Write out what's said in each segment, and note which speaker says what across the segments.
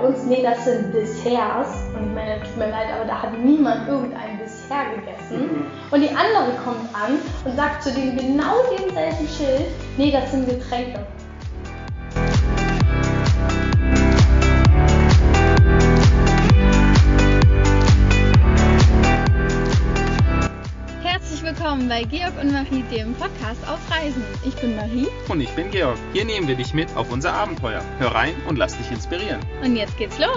Speaker 1: uns, nee, das sind Desserts. Und ich meine, tut mir leid, aber da hat niemand irgendein Dessert gegessen. Und die andere kommt an und sagt zu dem genau demselben Schild, nee, das sind Getränke.
Speaker 2: Willkommen bei Georg und Marie, dem Podcast auf Reisen. Ich bin Marie.
Speaker 3: Und ich bin Georg. Hier nehmen wir dich mit auf unser Abenteuer. Hör rein und lass dich inspirieren.
Speaker 2: Und jetzt geht's los.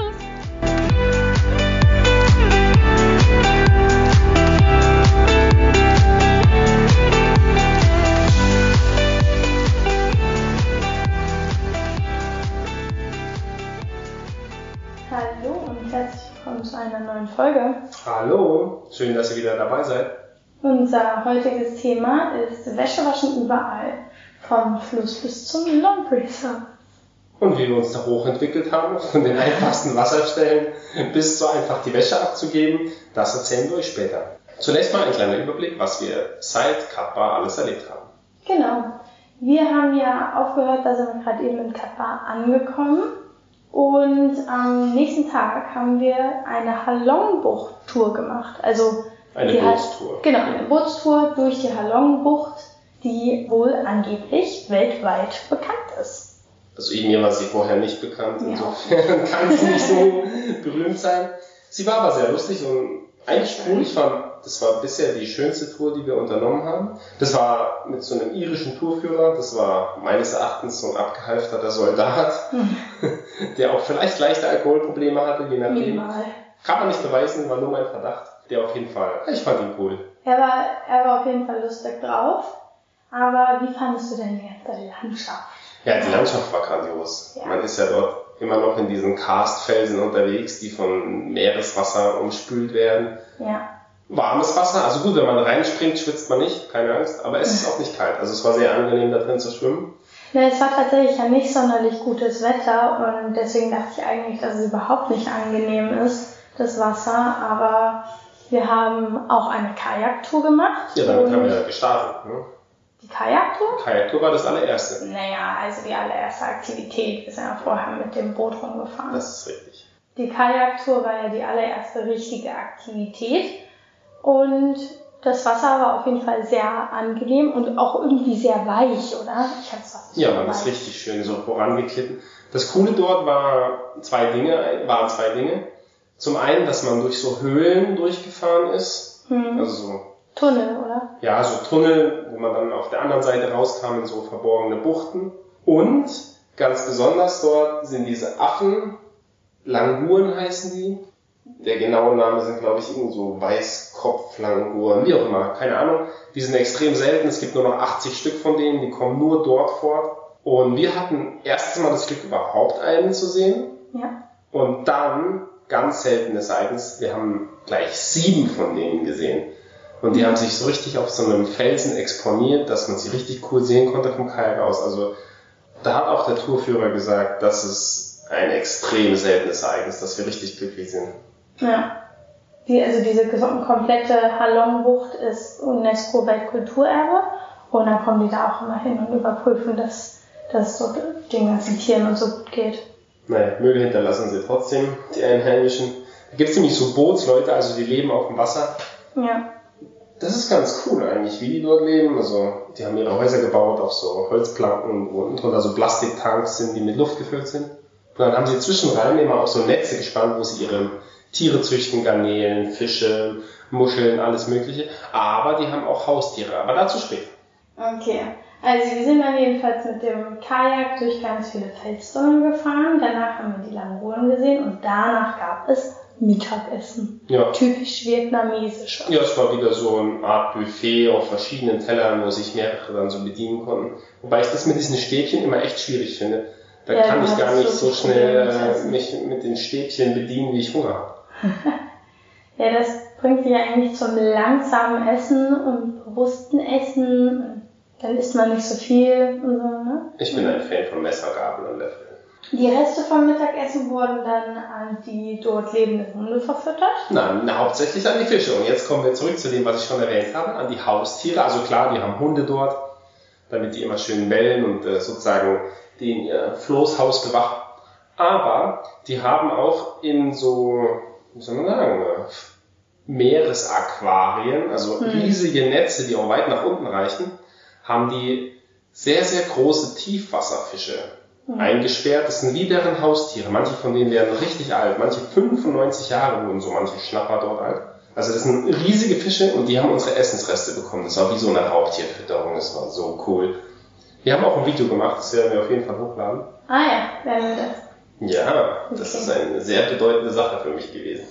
Speaker 1: Hallo und herzlich willkommen zu einer neuen Folge.
Speaker 4: Hallo, schön, dass ihr wieder dabei seid.
Speaker 1: Unser heutiges Thema ist Wäschewaschen überall, vom Fluss bis zum Laundry Sub.
Speaker 4: Und wie wir uns da hochentwickelt haben, von den einfachsten Wasserstellen bis zu einfach die Wäsche abzugeben, das erzählen wir euch später. Zunächst mal ein kleiner Überblick, was wir seit Kappar alles erlebt haben.
Speaker 1: Genau, wir haben ja aufgehört, da sind wir gerade eben in Kappar angekommen. Und am nächsten Tag haben wir eine Halongbucht-Tour gemacht. Also
Speaker 4: eine Bootstour.
Speaker 1: Genau, eine Bootstour durch die Halongbucht, die wohl angeblich weltweit bekannt ist.
Speaker 4: Also mir war sie vorher nicht bekannt, insofern kann sie nicht so berühmt sein. Sie war aber sehr lustig und eigentlich cool. Ich fand, das war bisher die schönste Tour, die wir unternommen haben. Das war mit so einem irischen Tourführer, das war meines Erachtens so ein abgehalfterter Soldat, der auch vielleicht leichte Alkoholprobleme hatte, je nachdem.
Speaker 1: Minimal.
Speaker 4: Kann man nicht beweisen, war nur mein Verdacht. Der auf jeden Fall, ich fand ihn cool.
Speaker 1: Er war auf jeden Fall lustig drauf. Aber wie fandest du denn die ganze Landschaft?
Speaker 4: Ja, die Landschaft war grandios. Ja. Man ist ja dort immer noch in diesen Karstfelsen unterwegs, die von Meereswasser umspült werden.
Speaker 1: Ja.
Speaker 4: Warmes Wasser, also gut, wenn man reinspringt, schwitzt man nicht, keine Angst, aber es ist auch nicht kalt. Also es war sehr angenehm, da drin zu schwimmen.
Speaker 1: Ja, es war tatsächlich ja nicht sonderlich gutes Wetter und deswegen dachte ich eigentlich, dass es überhaupt nicht angenehm ist, das Wasser, aber wir haben auch eine Kajaktour gemacht.
Speaker 4: Ja, damit haben wir gestartet. Ne?
Speaker 1: Die Kajaktour?
Speaker 4: Die Kajaktour war das allererste.
Speaker 1: Naja, also die allererste Aktivität. Wir sind ja vorher mit dem Boot rumgefahren.
Speaker 4: Das ist richtig. Die
Speaker 1: Kajaktour war ja die allererste richtige Aktivität. Und das Wasser war auf jeden Fall sehr angenehm und auch irgendwie sehr weich, oder? Ich fand das Wasser
Speaker 4: ja, man ist richtig schön so vorangeklitten. Das Coole dort waren zwei Dinge. Zum einen, dass man durch so Höhlen durchgefahren ist. Also so
Speaker 1: Tunnel, oder?
Speaker 4: Ja, so Tunnel, wo man dann auf der anderen Seite rauskam in so verborgene Buchten. Und ganz besonders dort sind diese Affen, Languren heißen die. Der genaue Name sind, glaube ich, irgend so Weißkopflanguren, wie auch immer, keine Ahnung. Die sind extrem selten, es gibt nur noch 80 Stück von denen, die kommen nur dort vor. Und wir hatten erstes Mal das Glück, überhaupt einen zu sehen.
Speaker 1: Ja.
Speaker 4: Und dann, ganz seltenes Ereignis, wir haben gleich 7 von denen gesehen. Und die haben sich so richtig auf so einem Felsen exponiert, dass man sie richtig cool sehen konnte vom Kajak aus. Also da hat auch der Tourführer gesagt, das ist ein extrem seltenes Ereignis, dass wir richtig glücklich sind.
Speaker 1: Ja. Diese komplette Halongbucht ist UNESCO-Weltkulturerbe. Und dann kommen die da auch immer hin und überprüfen, dass es so den ganzen Tieren und so gut geht.
Speaker 4: Naja, Müll hinterlassen sie trotzdem, die Einheimischen. Da gibt es nämlich so Bootsleute, also die leben auf dem Wasser.
Speaker 1: Ja.
Speaker 4: Das ist ganz cool eigentlich, wie die dort leben. Also die haben ihre Häuser gebaut auf so Holzplanken, wo unten drunter so Plastiktanks sind, die mit Luft gefüllt sind. Und dann haben sie zwischenrein immer auch so Netze gespannt, wo sie ihre Tiere züchten, Garnelen, Fische, Muscheln, alles mögliche. Aber die haben auch Haustiere, aber dazu später.
Speaker 1: Okay, also wir sind dann jedenfalls mit dem Kajak durch ganz viele Felstunnel gefahren. Danach haben wir die Languren gesehen und danach gab es Mittagessen.
Speaker 4: Ja.
Speaker 1: Typisch vietnamesisch.
Speaker 4: Ja, es war wieder so eine Art Buffet auf verschiedenen Tellern, wo sich mehrere dann so bedienen konnten. Wobei ich das mit diesen Stäbchen immer echt schwierig finde. Da kann ich gar nicht so schnell mich mit den Stäbchen bedienen, wie ich Hunger habe.
Speaker 1: Ja, das bringt dich eigentlich zum langsamen Essen und bewussten Essen. Dann isst man nicht so viel und so, ne?
Speaker 4: Ich bin ein Fan von Messer, Gabel und Löffel.
Speaker 1: Die Reste vom Mittagessen wurden dann an die dort lebenden Hunde verfüttert?
Speaker 4: Nein, hauptsächlich an die Fische. Und jetzt kommen wir zurück zu dem, was ich schon erwähnt habe, an die Haustiere. Also klar, die haben Hunde dort, damit die immer schön bellen und sozusagen ihr Floßhaus bewachen. Aber die haben auch in so, wie soll man sagen, Meeresaquarien, also riesige Netze, die auch weit nach unten reichen, haben die sehr, sehr große Tiefwasserfische eingesperrt. Das sind wie deren Haustiere. Manche von denen werden richtig alt, manche 95 Jahre wurden so manche Schnapper dort alt. Also das sind riesige Fische und die haben unsere Essensreste bekommen. Das war wie so eine Raubtierfütterung, das war so cool. Wir haben auch ein Video gemacht, das werden wir auf jeden Fall hochladen.
Speaker 1: Ah ja, werden wir das.
Speaker 4: Ja, das ist eine sehr bedeutende Sache für mich gewesen.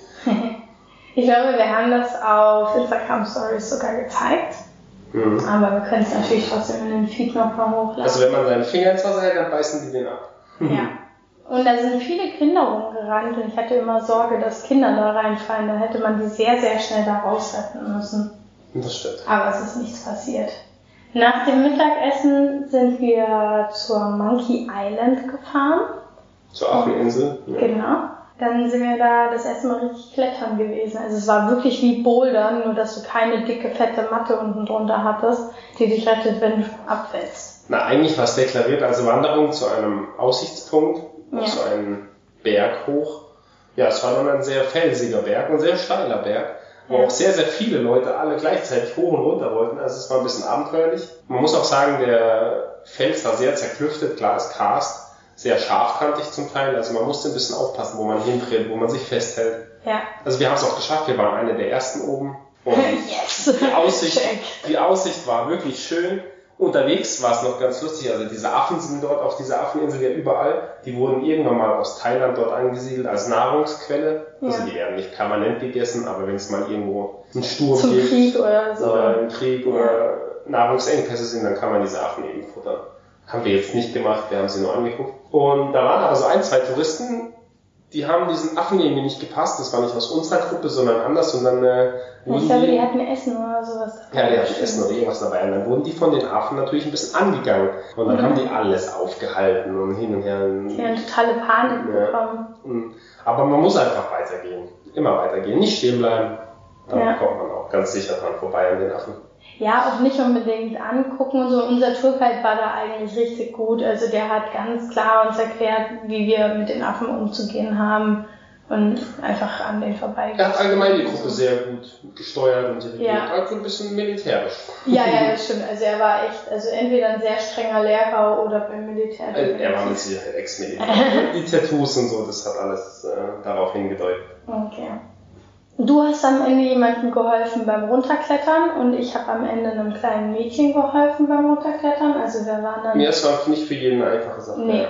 Speaker 1: Ich glaube, wir haben das auf Instagram Stories sogar gezeigt. Aber wir können es natürlich trotzdem in den Feed nochmal hochladen.
Speaker 4: Also wenn man seinen Finger ins Wasser hält, dann beißen die den ab.
Speaker 1: Ja. Und da sind viele Kinder rumgerannt und ich hatte immer Sorge, dass Kinder da reinfallen. Da hätte man die sehr, sehr schnell da rausretten müssen.
Speaker 4: Das stimmt.
Speaker 1: Aber es ist nichts passiert. Nach dem Mittagessen sind wir zur Monkey Island gefahren.
Speaker 4: Zur Affeninsel?
Speaker 1: Ja. Genau. Dann sind wir da das erste Mal richtig klettern gewesen. Also es war wirklich wie Bouldern, nur dass du keine dicke, fette Matte unten drunter hattest, die dich rettet, wenn du abfällst.
Speaker 4: Na, eigentlich war es deklariert als Wanderung zu einem Aussichtspunkt, auf so einen Berg hoch. Ja, es war dann ein sehr felsiger Berg, ein sehr steiler Berg, wo auch sehr, sehr viele Leute alle gleichzeitig hoch und runter wollten. Also es war ein bisschen abenteuerlich. Man muss auch sagen, der Fels war sehr zerklüftet, klar ist Karst. Sehr scharfkantig zum Teil, also man musste ein bisschen aufpassen, wo man hintritt, wo man sich festhält.
Speaker 1: Ja.
Speaker 4: Also wir haben es auch geschafft, wir waren eine der ersten oben. Und
Speaker 1: yes.
Speaker 4: die Aussicht war wirklich schön. Unterwegs war es noch ganz lustig, also diese Affen sind dort auf dieser Affeninsel ja überall. Die wurden irgendwann mal aus Thailand dort angesiedelt als Nahrungsquelle. Ja. Also die werden nicht permanent gegessen, aber wenn es mal irgendwo einen Sturm
Speaker 1: zum
Speaker 4: gibt
Speaker 1: Krieg oder so.
Speaker 4: Oder einen Krieg oder Nahrungsengpässe sind, dann kann man diese Affen eben futtern. Haben wir jetzt nicht gemacht, wir haben sie nur angeguckt. Und da waren aber so 1, 2 Touristen, die haben diesen Affen irgendwie nicht gepasst. Das war nicht aus unserer Gruppe, sondern anders. Und dann
Speaker 1: ich glaube, die hatten Essen oder sowas dabei.
Speaker 4: Ja, die hatten Essen oder irgendwas dabei. Und dann wurden die von den Affen natürlich ein bisschen angegangen. Und dann haben die alles aufgehalten und hin und her.
Speaker 1: Die haben totale Panik bekommen.
Speaker 4: Aber man muss einfach weitergehen. Immer weitergehen. Nicht stehen bleiben. Dann kommt man auch ganz sicher dran vorbei an den Affen.
Speaker 1: Ja, auch nicht unbedingt angucken und so. Unser Tourguide war da eigentlich richtig gut. Also der hat ganz klar uns erklärt, wie wir mit den Affen umzugehen haben und einfach an denen vorbeigegangen.
Speaker 4: Er hat allgemein die Gruppe sehr gut gesteuert und dirigiert. Also ein bisschen militärisch.
Speaker 1: Ja, das stimmt. Also er war echt, also entweder ein sehr strenger Lehrer oder beim Militär.
Speaker 4: Er war mit Sicherheit Ex-Militär. Die Tattoos und so, das hat alles darauf hingedeutet.
Speaker 1: Okay. Du hast am Ende jemandem geholfen beim Runterklettern und ich habe am Ende einem kleinen Mädchen geholfen beim Runterklettern. Also wir waren dann...
Speaker 4: Ja, es war nicht für jeden eine einfache Sache.
Speaker 1: Nee,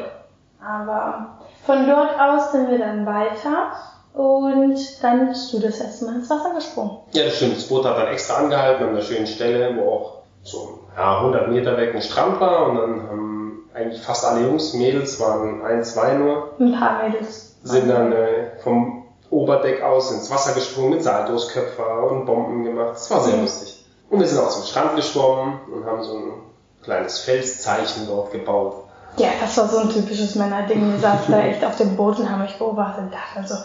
Speaker 1: aber von dort aus sind wir dann weiter und dann bist du das erste Mal ins Wasser gesprungen.
Speaker 4: Ja, das stimmt. Das Boot hat dann extra angehalten an einer schönen Stelle, wo auch so 100 Meter weg ein Strand war und dann haben eigentlich fast alle Jungs, Mädels waren 1, 2 nur.
Speaker 1: Ein paar Mädels.
Speaker 4: Sind dann vom Oberdeck aus ins Wasser gesprungen mit Saltosköpfer und Bomben gemacht. Das war sehr lustig. Und wir sind auch zum Strand geschwommen und haben so ein kleines Felszeichen dort gebaut.
Speaker 1: Ja, das war so ein typisches Männerding. Wir saßen da echt auf dem Boot und haben mich beobachtet und dachten so,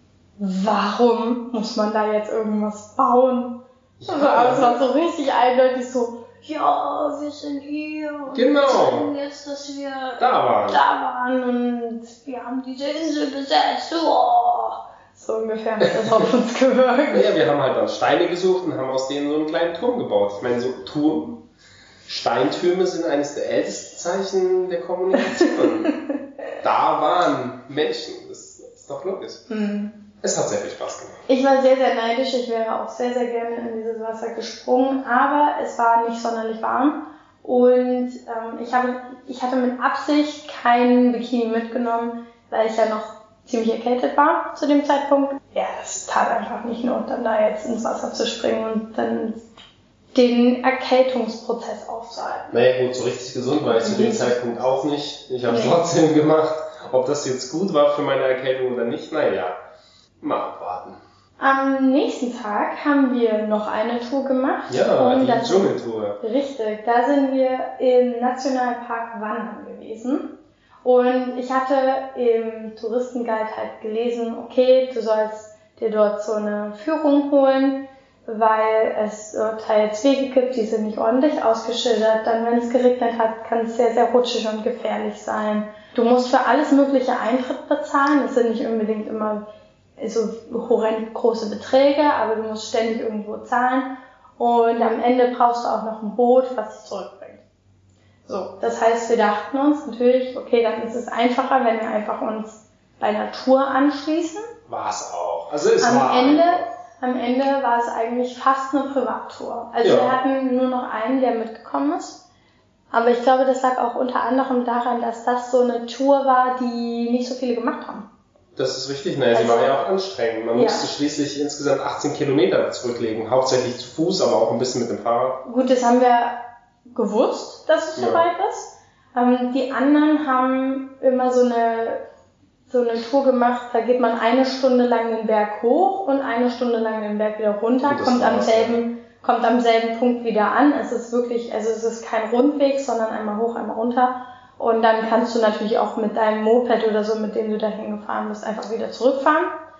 Speaker 1: warum muss man da jetzt irgendwas bauen? Ja, also, aber es war so richtig eindeutig so, ja, wir sind hier und
Speaker 4: genau.
Speaker 1: Wir zeigen jetzt, dass wir da waren und wir haben diese Insel besetzt. Oh. So ungefähr hat das auf uns gewirkt.
Speaker 4: Ja, wir haben halt dann Steine gesucht und haben aus denen so einen kleinen Turm gebaut. Ich meine, so Steintürme sind eines der ältesten Zeichen der Kommunikation. Da waren Menschen. Das ist doch logisch. Es hat sehr viel Spaß gemacht.
Speaker 1: Ich war sehr, sehr neidisch. Ich wäre auch sehr, sehr gerne in dieses Wasser gesprungen. Aber es war nicht sonderlich warm. Und ich hatte mit Absicht keinen Bikini mitgenommen, weil ich ja noch ziemlich erkältet war zu dem Zeitpunkt. Ja, es tat einfach nicht Not, dann da jetzt ins Wasser zu springen und dann den Erkältungsprozess aufzuhalten.
Speaker 4: Naja gut, so richtig gesund war ich zu dem Zeitpunkt auch nicht. Ich habe es trotzdem gemacht. Ob das jetzt gut war für meine Erkältung oder nicht, naja, mal abwarten.
Speaker 1: Am nächsten Tag haben wir noch eine Tour gemacht.
Speaker 4: Ja, die Dschungeltour.
Speaker 1: Richtig, da sind wir im Nationalpark Wandern gewesen. Und ich hatte im Touristenguide halt gelesen, okay, du sollst dir dort so eine Führung holen weil es teils Wege gibt, die sind nicht ordentlich ausgeschildert. Dann, wenn es geregnet hat, kann es sehr, sehr rutschig und gefährlich sein. Du musst für alles mögliche Eintritt bezahlen. Das sind nicht unbedingt immer so horrend große Beträge, aber du musst ständig irgendwo zahlen. Und am Ende brauchst du auch noch ein Boot, was dich zurückbringt. So, das heißt, wir dachten uns natürlich, okay, dann ist es einfacher, wenn wir einfach uns bei einer Tour anschließen.
Speaker 4: War es auch. Also es war
Speaker 1: Am Ende war es eigentlich fast eine Privattour. Also wir hatten nur noch einen, der mitgekommen ist. Aber ich glaube, das lag auch unter anderem daran, dass das so eine Tour war, die nicht so viele gemacht haben.
Speaker 4: Das ist richtig, ne? Sie war ja auch anstrengend. Man musste schließlich insgesamt 18 Kilometer zurücklegen, hauptsächlich zu Fuß, aber auch ein bisschen mit dem Fahrrad.
Speaker 1: Gut, das haben wir gewusst, dass es so weit ist. Die anderen haben immer so eine Tour gemacht, da geht man 1 Stunde lang den Berg hoch und 1 Stunde lang den Berg wieder runter, kommt am selben Punkt wieder an. Es ist wirklich, also es ist kein Rundweg, sondern einmal hoch, einmal runter. Und dann kannst du natürlich auch mit deinem Moped oder so, mit dem du dahin gefahren bist, einfach wieder zurückfahren.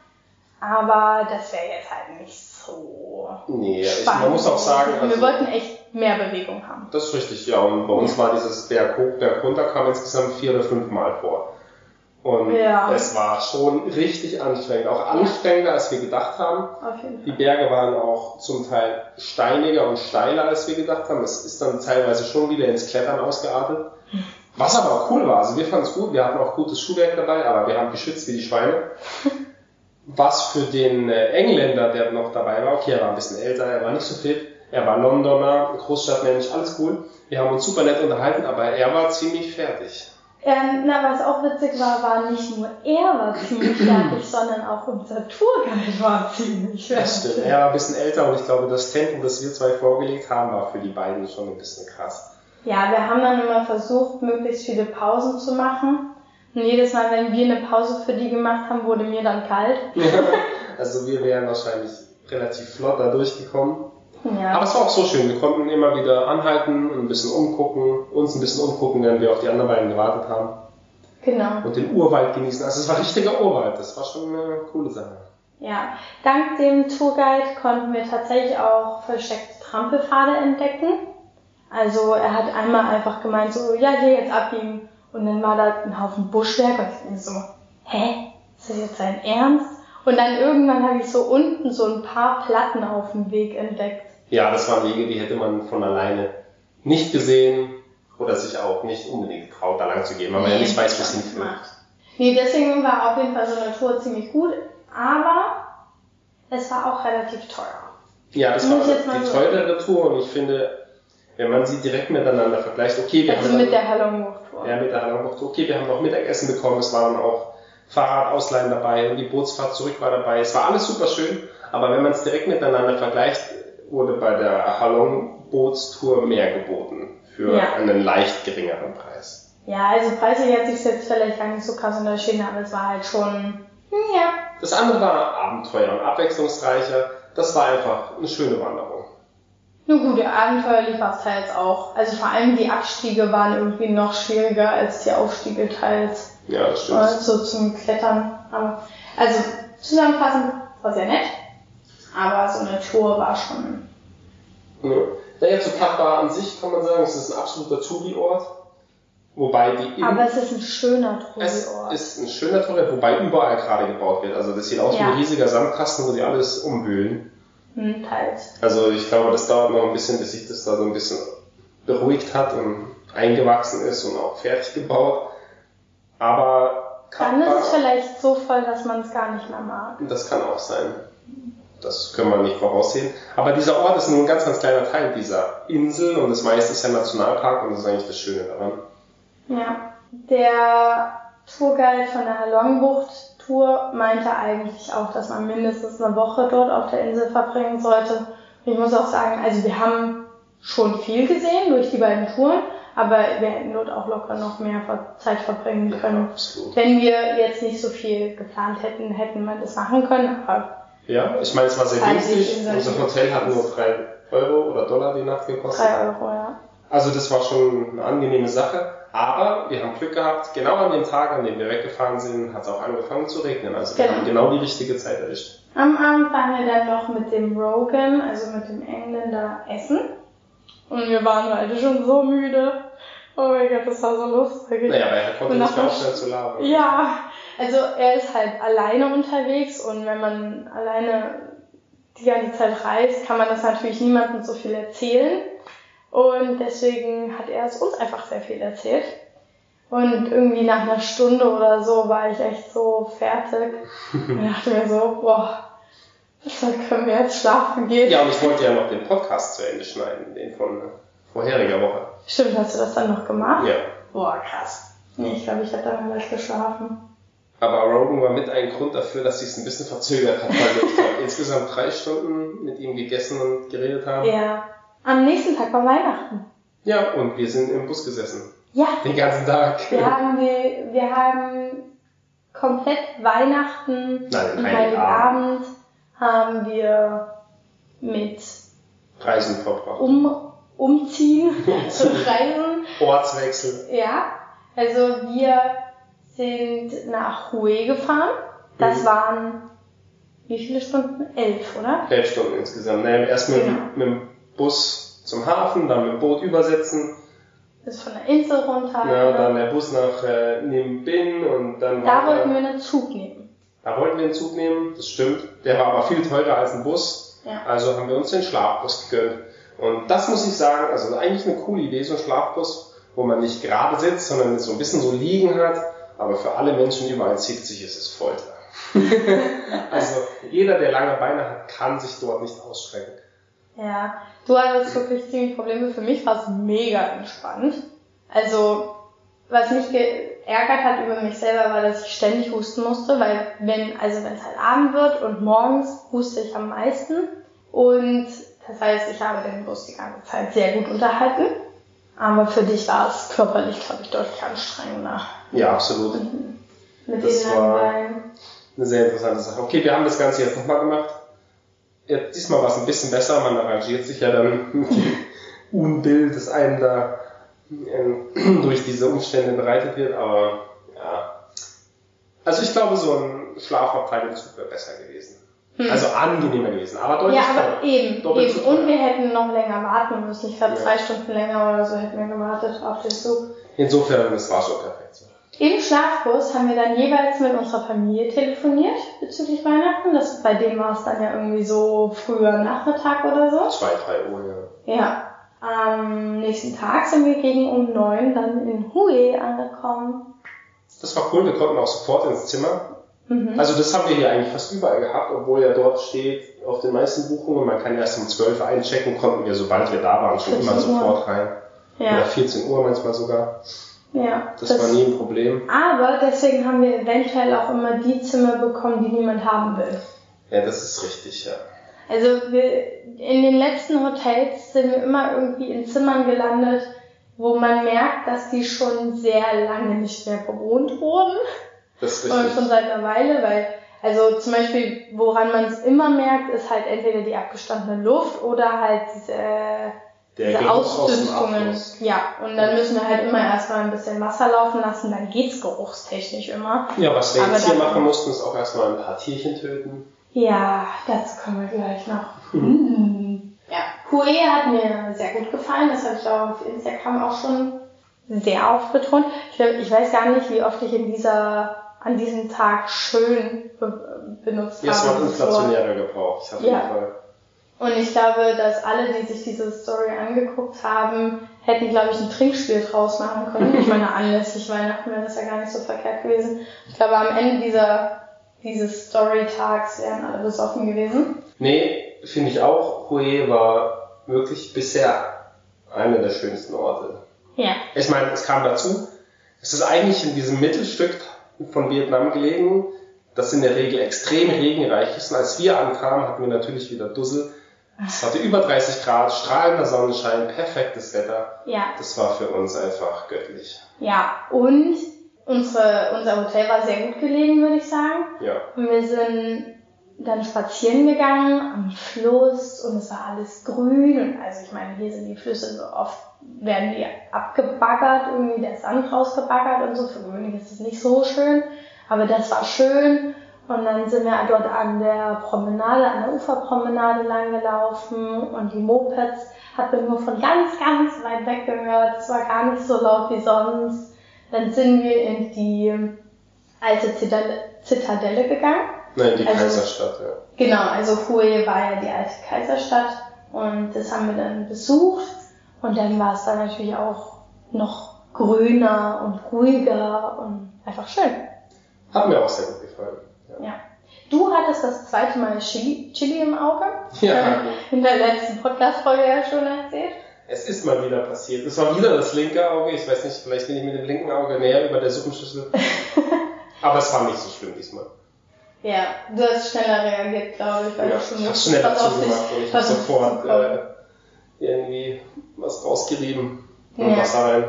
Speaker 1: Aber das wäre jetzt halt nicht so spannend.
Speaker 4: Man muss auch sagen,
Speaker 1: wir wollten echt mehr Bewegung haben.
Speaker 4: Das ist richtig, ja. Und bei uns war dieses Berg hoch, Berg runter kam insgesamt 4 oder 5 Mal vor. Und es war schon richtig anstrengend. Auch anstrengender, als wir gedacht haben.
Speaker 1: Auf jeden Fall.
Speaker 4: Die Berge waren auch zum Teil steiniger und steiler, als wir gedacht haben. Es ist dann teilweise schon wieder ins Klettern ausgeartet. Was aber auch cool war. Also wir fanden es gut. Wir hatten auch gutes Schuhwerk dabei, aber wir haben geschwitzt wie die Schweine. Was für den Engländer, der noch dabei war, okay, er war ein bisschen älter, er war nicht so fit. Er war Londoner, Großstadtmensch, alles cool. Wir haben uns super nett unterhalten, aber er war ziemlich fertig.
Speaker 1: Was auch witzig war nicht nur er war ziemlich fertig, sondern auch unser Tourguide war ziemlich fertig.
Speaker 4: Das stimmt, er war ein bisschen älter und ich glaube, das Tempo, das wir 2 vorgelegt haben, war für die beiden schon ein bisschen krass.
Speaker 1: Ja, wir haben dann immer versucht, möglichst viele Pausen zu machen. Und jedes Mal, wenn wir eine Pause für die gemacht haben, wurde mir dann kalt.
Speaker 4: Also wir wären wahrscheinlich relativ flott da durchgekommen.
Speaker 1: Ja.
Speaker 4: Aber es war auch so schön, wir konnten immer wieder anhalten und uns ein bisschen umgucken, während wir auf die anderen beiden gewartet haben.
Speaker 1: Genau.
Speaker 4: Und den Urwald genießen. Also es war richtiger Urwald, das war schon eine coole Sache.
Speaker 1: Ja, dank dem Tourguide konnten wir tatsächlich auch versteckte Trampelpfade entdecken. Also er hat einmal einfach gemeint, so, ja, hier jetzt abbiegen. Und dann war da ein Haufen Buschwerk und ich bin so, hä? Ist das jetzt dein Ernst? Und dann irgendwann habe ich so unten so ein paar Platten auf dem Weg entdeckt.
Speaker 4: Ja, das waren Wege, die hätte man von alleine nicht gesehen oder sich auch nicht unbedingt getraut, da lang zu gehen, weil man ja nicht weiß, was hinführt.
Speaker 1: Nee, deswegen war auf jeden Fall so eine Tour ziemlich gut, aber es war auch relativ teuer.
Speaker 4: Ja, das war die teurere Tour und ich finde, wenn man sie direkt miteinander vergleicht, okay, wir haben
Speaker 1: mit der Halongbucht-Tour.
Speaker 4: Ja, mit der Halongbucht-Tour. Okay, wir haben noch Mittagessen bekommen, es waren auch Fahrradausleihen dabei und die Bootsfahrt zurück war dabei. Es war alles super schön, aber wenn man es direkt miteinander vergleicht, wurde bei der Halong-Bootstour mehr geboten für einen leicht geringeren Preis.
Speaker 1: Ja, also preislich hat sich jetzt vielleicht gar nicht so krass unterschieden, aber es war halt schon,
Speaker 4: Das andere war Abenteuer und abwechslungsreicher. Das war einfach eine schöne Wanderung.
Speaker 1: Nun gut, abenteuerlich war es teils auch. Also vor allem die Abstiege waren irgendwie noch schwieriger als die Aufstiege teils.
Speaker 4: Ja, das stimmt.
Speaker 1: So zum Klettern. Also zusammenfassend war sehr nett, aber so eine Tour war schon...
Speaker 4: Ja. Naja, zu Tapa an sich kann man sagen, es ist ein absoluter Touri-Ort. Wobei
Speaker 1: aber es ist ein schöner Touri-Ort.
Speaker 4: Es ist ein schöner Touri-Ort, wobei überall gerade gebaut wird. Also das sieht aus wie ein riesiger Sandkasten, wo sie alles umwühlen.
Speaker 1: Teils.
Speaker 4: Also ich glaube, das dauert noch ein bisschen, bis sich das da so ein bisschen beruhigt hat und eingewachsen ist und auch fertig gebaut. Aber
Speaker 1: dann ist es vielleicht so voll, dass man es gar nicht mehr mag.
Speaker 4: Das kann auch sein. Das können wir nicht voraussehen. Aber dieser Ort ist nur ein ganz, ganz kleiner Teil dieser Insel und das meiste ist ja Nationalpark und das ist eigentlich das Schöne daran. Ja.
Speaker 1: Der Tourguide von der Halongbucht-Tour meinte eigentlich auch, dass man mindestens eine Woche dort auf der Insel verbringen sollte. Und ich muss auch sagen, also wir haben schon viel gesehen durch die beiden Touren, aber wir hätten dort auch locker noch mehr Zeit verbringen können.
Speaker 4: Absolut.
Speaker 1: Wenn wir jetzt nicht so viel geplant hätten, hätten wir das machen können. Aber
Speaker 4: ja, ich meine, es war sehr günstig. Unser Hotel hat nur 3 Euro oder Dollar die Nacht gekostet.
Speaker 1: 3 Euro, ja.
Speaker 4: Also das war schon eine angenehme Sache. Aber wir haben Glück gehabt, genau an dem Tag, an dem wir weggefahren sind, hat es auch angefangen zu regnen. Also wir haben genau die richtige Zeit erwischt.
Speaker 1: Am Abend waren wir dann noch mit dem Rogan, also mit dem Engländer, essen. Und wir waren beide schon so müde. Oh mein Gott, das war so lustig.
Speaker 4: Naja, aber er konnte nicht mehr aufhören zu labern.
Speaker 1: Ja, also er ist halt alleine unterwegs und wenn man alleine die ganze Zeit reist, kann man das natürlich niemandem so viel erzählen. Und deswegen hat er es uns einfach sehr viel erzählt. Und irgendwie nach einer Stunde oder so war ich echt so fertig. Und dachte mir so, boah, können wir jetzt schlafen gehen?
Speaker 4: Ja, und ich wollte ja noch den Podcast zu Ende schneiden, den von vorheriger Woche.
Speaker 1: Stimmt, hast du das dann noch gemacht?
Speaker 4: Ja.
Speaker 1: Boah, krass. Nee, ich glaube, ich habe dann gleich geschlafen.
Speaker 4: Aber Rogan war mit ein Grund dafür, dass sie es ein bisschen verzögert hat, weil wir, ich glaube, insgesamt 3 Stunden mit ihm gegessen und geredet haben.
Speaker 1: Ja. Am nächsten Tag war Weihnachten.
Speaker 4: Ja, und wir sind im Bus gesessen.
Speaker 1: Ja.
Speaker 4: Den ganzen Tag.
Speaker 1: Wir haben komplett Weihnachten und Heiligabend haben wir mit
Speaker 4: Reisen verbracht.
Speaker 1: Umziehen und Reisen.
Speaker 4: Ortswechsel.
Speaker 1: Ja, also wir sind nach Hue gefahren. Das waren wie viele Stunden? 11, oder?
Speaker 4: 11 Stunden insgesamt. Naja, erst mit dem Bus zum Hafen, dann mit dem Boot übersetzen.
Speaker 1: Bis von der Insel runter.
Speaker 4: Ja, dann der Bus nach Ninh Binh und dann
Speaker 1: da wollten wir einen Zug nehmen.
Speaker 4: Da wollten wir einen Zug nehmen, das stimmt. Der war aber viel teurer als ein Bus.
Speaker 1: Ja.
Speaker 4: Also haben wir uns den Schlafbus gegönnt. Und das muss ich sagen, also eigentlich eine coole Idee, so ein Schlafbus, wo man nicht gerade sitzt, sondern so ein bisschen so liegen hat. Aber für alle Menschen über 1,70 ist es Folter. Also jeder, der lange Beine hat, kann sich dort nicht ausstrecken.
Speaker 1: Ja, du hattest wirklich ziemlich Probleme. Für mich war es mega entspannt. Also, was mich geärgert hat über mich selber, war, dass ich ständig husten musste, weil wenn es halt Abend wird und morgens huste ich am meisten. Und das heißt, ich habe den Bus die ganze Zeit sehr gut unterhalten. Aber für dich war es körperlich, glaube ich, deutlich anstrengender.
Speaker 4: Ja, absolut.
Speaker 1: Mit
Speaker 4: das
Speaker 1: den langen
Speaker 4: war
Speaker 1: Beinen.
Speaker 4: eine sehr interessante Sache. Okay, wir haben das Ganze jetzt nochmal gemacht. Ja, diesmal war es ein bisschen besser, man arrangiert sich ja dann mit dem Unbild, das einem da durch diese Umstände bereitet wird, aber ja. Also ich glaube, so ein Schlafabteil im Zug wäre besser gewesen. Also angenehmer gewesen, aber deutlich
Speaker 1: Ja, aber eben.
Speaker 4: Doppelt so teuer.
Speaker 1: Und wir hätten noch länger warten müssen. Ich glaube, 3 Stunden länger oder so hätten wir gewartet auf den Zug.
Speaker 4: Insofern, das war schon perfekt.
Speaker 1: Im Schlafbus haben wir dann jeweils mit unserer Familie telefoniert bezüglich Weihnachten. Bei dem war es dann ja irgendwie so früher Nachmittag oder so.
Speaker 4: 2, 3 Uhr, ja.
Speaker 1: Ja. Am nächsten Tag sind wir gegen um 9 dann in Hue angekommen.
Speaker 4: Das war cool, wir konnten auch sofort ins Zimmer. Also das haben wir hier eigentlich fast überall gehabt, obwohl ja dort steht auf den meisten Buchungen, man kann erst um 12 einchecken, konnten wir, sobald wir da waren, schon immer sofort rein. Ja. Oder 14 Uhr manchmal sogar.
Speaker 1: Ja.
Speaker 4: Das war nie ein Problem.
Speaker 1: Aber deswegen haben wir eventuell auch immer die Zimmer bekommen, die niemand haben will.
Speaker 4: Ja, das ist richtig, ja.
Speaker 1: Also in den letzten Hotels sind wir immer irgendwie in Zimmern gelandet, wo man merkt, dass die schon sehr lange nicht mehr bewohnt wurden.
Speaker 4: Das ist richtig.
Speaker 1: Und schon seit einer Weile, weil, also zum Beispiel, woran man es immer merkt, ist halt entweder die abgestandene Luft oder halt diese Ausdünstungen. Ja, und dann müssen wir halt immer erstmal ein bisschen Wasser laufen lassen, dann geht's geruchstechnisch immer.
Speaker 4: Ja, was wir jetzt hier machen mussten, ist auch erstmal ein paar Tierchen töten.
Speaker 1: Ja, dazu kommen wir gleich noch. Ja, Hue hat mir sehr gut gefallen, das habe ich auch auf Instagram auch schon sehr aufbetont. Ich weiß gar nicht, wie oft ich an diesem Tag schön benutzt habe.
Speaker 4: Ja, es war inflationärer Gebrauch, auf jeden Fall.
Speaker 1: Und ich glaube, dass alle, die sich diese Story angeguckt haben, hätten, glaube ich, ein Trinkspiel draus machen können. Ich meine, anlässlich Weihnachten wäre das ja gar nicht so verkehrt gewesen. Ich glaube, am Ende dieses Story-Tags wären alle besoffen gewesen.
Speaker 4: Nee, finde ich auch. Hue war wirklich bisher einer der schönsten Orte.
Speaker 1: Ja.
Speaker 4: Ich meine, es kam dazu, es ist eigentlich in diesem Mittelstück von Vietnam gelegen, das in der Regel extrem regenreich ist. Und als wir ankamen, hatten wir natürlich wieder Dussel. Es hatte über 30 Grad, strahlender Sonnenschein, perfektes Wetter.
Speaker 1: Ja.
Speaker 4: Das war für uns einfach göttlich.
Speaker 1: Ja, und unser Hotel war sehr gut gelegen, würde ich sagen.
Speaker 4: Ja.
Speaker 1: Und wir sind dann spazieren gegangen am Fluss und es war alles grün. Und also ich meine, hier sind die Flüsse so oft werden die abgebaggert, irgendwie der Sand rausgebaggert und so. Für gewöhnlich ist es nicht so schön, aber das war schön. Und dann sind wir dort an der Promenade, an der Uferpromenade lang gelaufen und die Mopeds hat man nur von ganz, ganz weit weg gehört. Es war gar nicht so laut wie sonst. Dann sind wir in die alte Zitadelle gegangen.
Speaker 4: Nein, die Kaiserstadt, ja.
Speaker 1: Genau, also Hue war ja die alte Kaiserstadt und das haben wir dann besucht. Und dann war es dann natürlich auch noch grüner und ruhiger und einfach schön.
Speaker 4: Hat mir auch sehr gut gefallen.
Speaker 1: Ja. Du hattest das zweite Mal Chili im Auge.
Speaker 4: Ja.
Speaker 1: In der letzten Podcast-Folge ja schon erzählt.
Speaker 4: Es ist mal wieder passiert. Es war wieder das linke Auge. Ich weiß nicht, vielleicht bin ich mit dem linken Auge näher über der Suppenschüssel. Aber es war nicht so schlimm diesmal.
Speaker 1: Ja, du hast schneller reagiert, glaube ich. Weil
Speaker 4: Ja, ich habe schneller zugemacht und ich habe sofort irgendwie was rausgerieben und Wasser rein.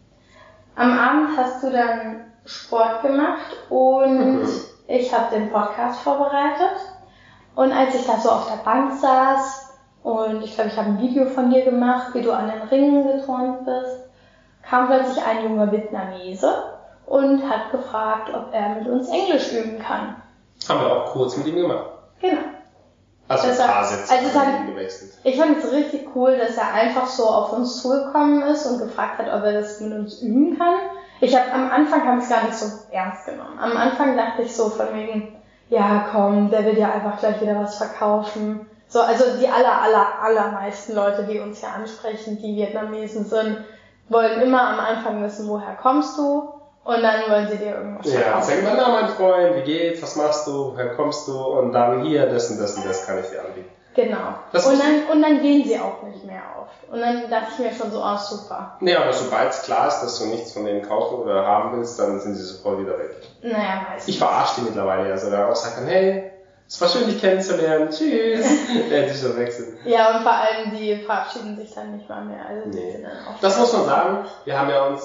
Speaker 1: Am Abend hast du dann Sport gemacht und ich habe den Podcast vorbereitet. Und als ich da so auf der Bank saß und ich glaube, ich habe ein Video von dir gemacht, wie du an den Ringen geturnt bist, kam plötzlich ein junger Vietnamese und hat gefragt, ob er mit uns Englisch üben kann.
Speaker 4: Haben wir auch kurz mit ihm gemacht.
Speaker 1: Genau.
Speaker 4: Also ein paar Sätze haben wir gewechselt.
Speaker 1: Ich fand es richtig cool, dass er einfach so auf uns zugekommen ist und gefragt hat, ob er das mit uns üben kann. Am Anfang habe ich es gar nicht so ernst genommen. Am Anfang dachte ich so von wegen, ja komm, der will ja einfach gleich wieder was verkaufen. So, also die allermeisten Leute, die uns hier ansprechen, die Vietnamesen sind, wollen immer am Anfang wissen, woher kommst du? Und dann wollen sie dir irgendwas verkaufen.
Speaker 4: Ja, sag mal, na mein Freund, wie geht's, was machst du, woher kommst du? Und dann hier, das und das und das kann ich dir anbieten.
Speaker 1: Genau. Und dann gehen sie auch nicht mehr auf. Und dann dachte ich mir schon so, oh super.
Speaker 4: Nee, aber sobald es klar ist, dass du nichts von denen kaufen oder haben willst, dann sind sie sofort wieder weg.
Speaker 1: Naja, meistens.
Speaker 4: Ich verarsche die mittlerweile ja sogar auch, sag dann, hey, es war schön, dich kennenzulernen, tschüss. Der sich so wechseln.
Speaker 1: Ja, und vor allem, die verabschieden sich dann nicht mal mehr. Also
Speaker 4: nee.
Speaker 1: Sind dann auch
Speaker 4: das muss man sagen, wir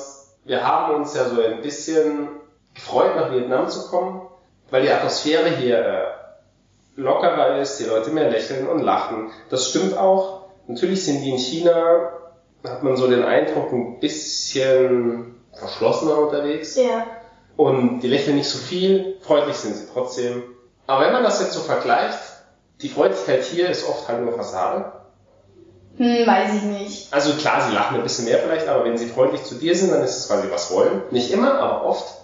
Speaker 4: haben uns ja so ein bisschen gefreut, nach Vietnam zu kommen, weil die Atmosphäre hier lockerer ist, die Leute mehr lächeln und lachen. Das stimmt auch. Natürlich sind die in China, hat man so den Eindruck, ein bisschen verschlossener unterwegs.
Speaker 1: Ja.
Speaker 4: Und die lächeln nicht so viel, freundlich sind sie trotzdem. Aber wenn man das jetzt so vergleicht, die Freundlichkeit hier ist oft halt nur Fassade.
Speaker 1: Weiß ich nicht.
Speaker 4: Also klar, sie lachen ein bisschen mehr vielleicht, aber wenn sie freundlich zu dir sind, dann ist es, weil sie was wollen. Nicht immer, aber oft.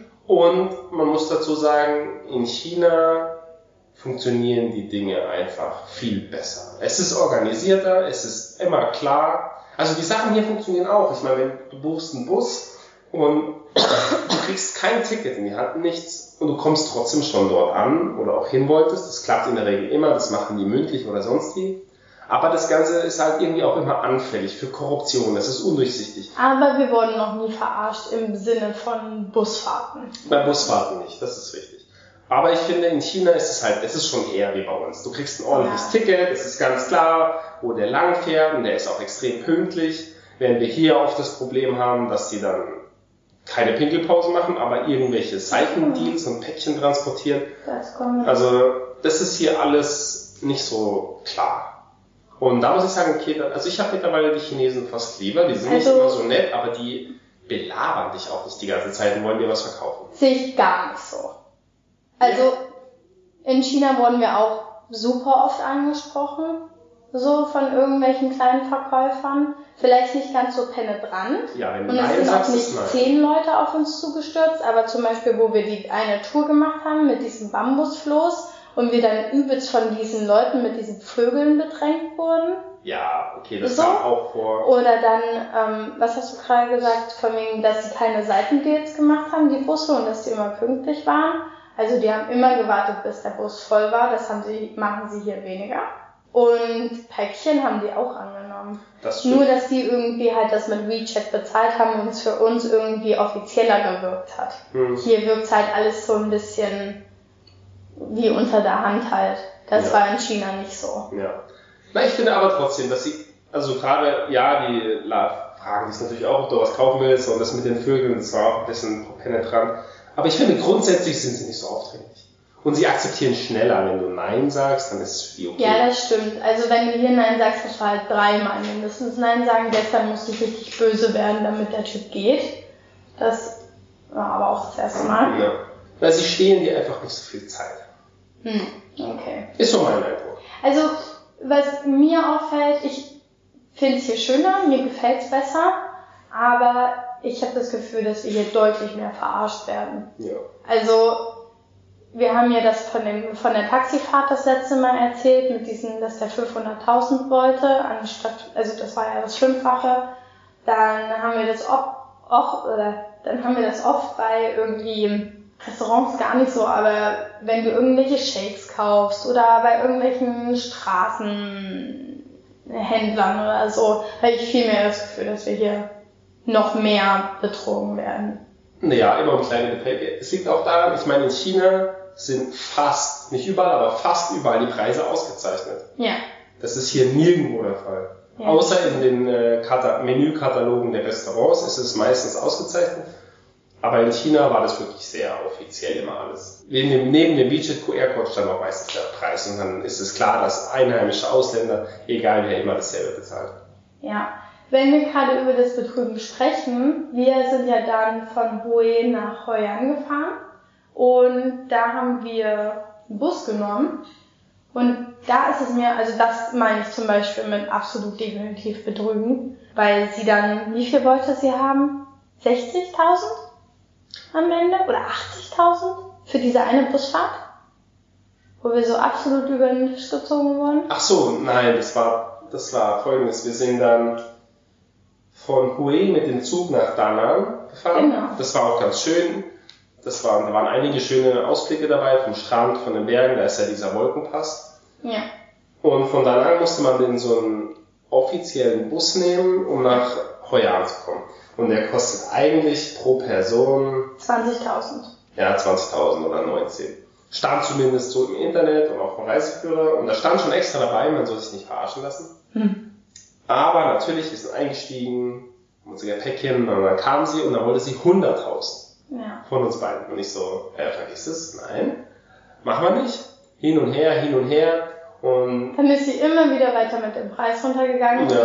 Speaker 4: Und man muss dazu sagen, in China funktionieren die Dinge einfach viel besser. Es ist organisierter, es ist immer klar. Also die Sachen hier funktionieren auch. Ich meine, wenn du buchst einen Bus und du kriegst kein Ticket in die Hand, nichts, und du kommst trotzdem schon dort an oder auch hin wolltest, das klappt in der Regel immer, das machen die mündlich oder sonst wie. Aber das Ganze ist halt irgendwie auch immer anfällig für Korruption, das ist undurchsichtig.
Speaker 1: Aber wir wurden noch nie verarscht im Sinne von Busfahrten.
Speaker 4: Bei Busfahrten nicht, das ist richtig. Aber ich finde, in China ist es ist schon eher wie bei uns. Du kriegst ein ordentliches Ticket, es ist ganz klar, wo der lang fährt und der ist auch extrem pünktlich. Während wir hier oft das Problem haben, dass die dann keine Pinkelpause machen, aber irgendwelche Seitendeals und Päckchen transportieren. Also das ist hier alles nicht so klar. Und da muss ich sagen, okay, also ich habe mittlerweile die Chinesen fast lieber, die sind nicht immer so nett, aber die belabern dich auch nicht die ganze Zeit und wollen dir was verkaufen.
Speaker 1: Sehe ich gar nicht so. Also in China wurden wir auch super oft angesprochen, so von irgendwelchen kleinen Verkäufern. Vielleicht nicht ganz so penetrant.
Speaker 4: Ja, wenn
Speaker 1: und es sind auch nicht 10 Leute auf uns zugestürzt, aber zum Beispiel, wo wir die eine Tour gemacht haben mit diesem Bambusfloß und wir dann übelst von diesen Leuten mit diesen Vögeln bedrängt wurden.
Speaker 4: Ja, okay, das kam auch vor.
Speaker 1: Oder dann, was hast du gerade gesagt, von wegen, dass sie keine Seitendeals gemacht haben, die Busse, und dass die immer pünktlich waren. Also die haben immer gewartet, bis der Bus voll war. Das machen sie hier weniger. Und Päckchen haben die auch angenommen. Nur, dass die irgendwie halt das mit WeChat bezahlt haben und es für uns irgendwie offizieller gewirkt hat. Hier wirkt halt alles so ein bisschen wie unter der Hand halt. Das war in China nicht so.
Speaker 4: Ja. Na, ich finde aber trotzdem, dass sie, also gerade, die fragen sich natürlich auch, ob du was kaufen willst, und das mit den Vögeln, das war auch ein bisschen penetrant. Aber ich finde, grundsätzlich sind sie nicht so aufdringlich. Und sie akzeptieren schneller, wenn du Nein sagst, dann ist es für die okay.
Speaker 1: Ja, das stimmt. Also wenn du hier Nein sagst, musst du halt 3-mal mindestens Nein sagen. Gestern musste ich richtig böse werden, damit der Typ geht. Das war aber auch das erste Mal.
Speaker 4: Ja. Weil sie stehlen dir einfach nicht so viel Zeit.
Speaker 1: Okay.
Speaker 4: Ist so mein Eindruck.
Speaker 1: Also, was mir auffällt, ich finde es hier schöner, mir gefällt es besser, aber ich habe das Gefühl, dass wir hier deutlich mehr verarscht werden.
Speaker 4: Ja.
Speaker 1: Also, wir haben ja das von der Taxifahrt das letzte Mal erzählt, mit diesen, dass der 500.000 wollte, anstatt, also das war ja das Fünffache. Dann haben wir das oft bei irgendwie Restaurants gar nicht so, aber wenn du irgendwelche Shakes kaufst oder bei irgendwelchen Straßenhändlern oder so, habe ich viel mehr das Gefühl, dass wir hier noch mehr betrogen werden.
Speaker 4: Naja, immer um kleine Beträge. Es liegt auch daran, ich meine, in China sind fast, nicht überall, aber fast überall die Preise ausgezeichnet.
Speaker 1: Ja.
Speaker 4: Das ist hier nirgendwo der Fall. Ja. Außer in den Menükatalogen der Restaurants ist es meistens ausgezeichnet. Aber in China war das wirklich sehr offiziell immer alles. Neben dem WeChat-QR-Code stand auch meistens der Preis. Und dann ist es klar, dass einheimische Ausländer, egal wer, immer dasselbe bezahlt.
Speaker 1: Ja. Wenn wir gerade über das Betrügen sprechen, wir sind ja dann von Hue nach Hoi An gefahren. Und da haben wir einen Bus genommen. Und da ist es mir, also das meine ich zum Beispiel mit absolut definitiv Betrügen. Weil sie dann, wie viel wollte sie haben? 60.000? Am Ende oder 80.000 für diese eine Busfahrt, wo wir so absolut über den Tisch gezogen wurden.
Speaker 4: Ach so, nein, das war Folgendes. Wir sind dann von Hue mit dem Zug nach Da Nang gefahren.
Speaker 1: Genau.
Speaker 4: Das war auch ganz schön. Da waren einige schöne Ausblicke dabei vom Strand, von den Bergen. Da ist ja dieser Wolkenpass.
Speaker 1: Ja.
Speaker 4: Und von Da Nang musste man in so einen offiziellen Bus nehmen, um nach Hoi An zu kommen. Und der kostet eigentlich pro Person
Speaker 1: 20.000.
Speaker 4: Ja, 20.000 oder 19. Stand zumindest so im Internet und auch vom Reiseführer. Und da stand schon extra dabei, man soll sich nicht verarschen lassen. Aber natürlich, wir sind eingestiegen, haben unser Gepäckchen, und dann kam sie und dann wollte sie 100.000 von uns beiden. Und ich so, vergiss es, nein, machen wir nicht. Hin und her. Und
Speaker 1: dann ist sie immer wieder weiter mit dem Preis runtergegangen.
Speaker 4: Ja.
Speaker 1: Und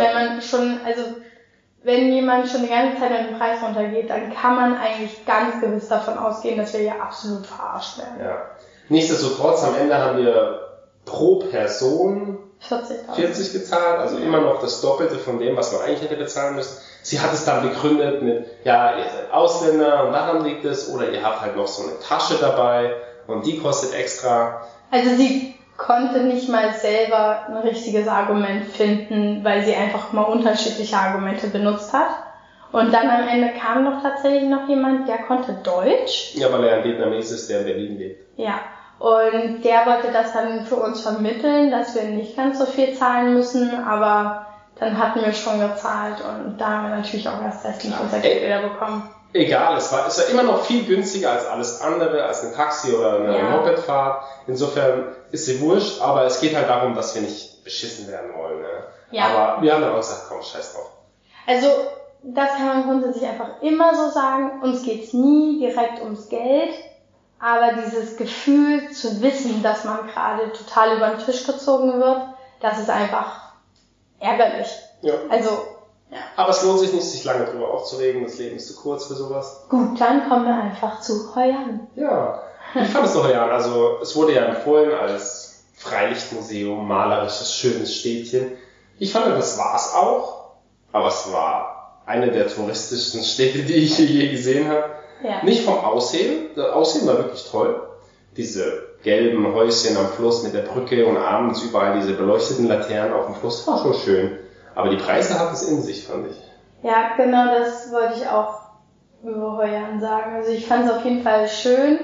Speaker 1: wenn jemand schon die ganze Zeit mit dem Preis runtergeht, dann kann man eigentlich ganz gewiss davon ausgehen, dass wir hier absolut verarscht werden.
Speaker 4: Ja. Nichtsdestotrotz, am Ende haben wir pro Person 40 gezahlt, also immer noch das Doppelte von dem, was man eigentlich hätte bezahlen müssen. Sie hat es dann begründet mit, ja, ihr seid Ausländer und daran liegt es, oder ihr habt halt noch so eine Tasche dabei und die kostet extra.
Speaker 1: Also sie konnte nicht mal selber ein richtiges Argument finden, weil sie einfach mal unterschiedliche Argumente benutzt hat. Und dann am Ende kam doch tatsächlich noch jemand, der konnte Deutsch.
Speaker 4: Ja, weil er ein Vietnames ist, der in Berlin lebt.
Speaker 1: Ja, und der wollte das dann für uns vermitteln, dass wir nicht ganz so viel zahlen müssen, aber dann hatten wir schon gezahlt und da haben wir natürlich auch erst recht nicht unser Geld wieder bekommen.
Speaker 4: Egal, es war immer noch viel günstiger als alles andere, als ein Taxi oder eine Mopedfahrt. Insofern ist sie wurscht, aber es geht halt darum, dass wir nicht beschissen werden wollen. Ne?
Speaker 1: Ja.
Speaker 4: Aber wir haben dann auch gesagt, komm, scheiß drauf.
Speaker 1: Also, das kann man grundsätzlich einfach immer so sagen. Uns geht's nie direkt ums Geld, aber dieses Gefühl zu wissen, dass man gerade total über den Tisch gezogen wird, das ist einfach ärgerlich.
Speaker 4: Ja.
Speaker 1: Also, ja.
Speaker 4: Aber es lohnt sich nicht, sich lange drüber aufzuregen. Das Leben ist zu kurz für sowas.
Speaker 1: Gut, dann kommen wir einfach zu Hoi An.
Speaker 4: Ja, ich fand es doch ja. Also es wurde ja empfohlen als Freilichtmuseum, malerisches, schönes Städtchen. Ich fand, das war's auch. Aber es war eine der touristischsten Städte, die ich hier je gesehen habe.
Speaker 1: Ja.
Speaker 4: Nicht vom Aussehen. Das Aussehen war wirklich toll. Diese gelben Häuschen am Fluss mit der Brücke und abends überall diese beleuchteten Laternen auf dem Fluss. War schon schön. Aber die Preise hatten es in sich, fand ich.
Speaker 1: Ja, genau, das wollte ich auch über Hoi An sagen. Also ich fand es auf jeden Fall schön.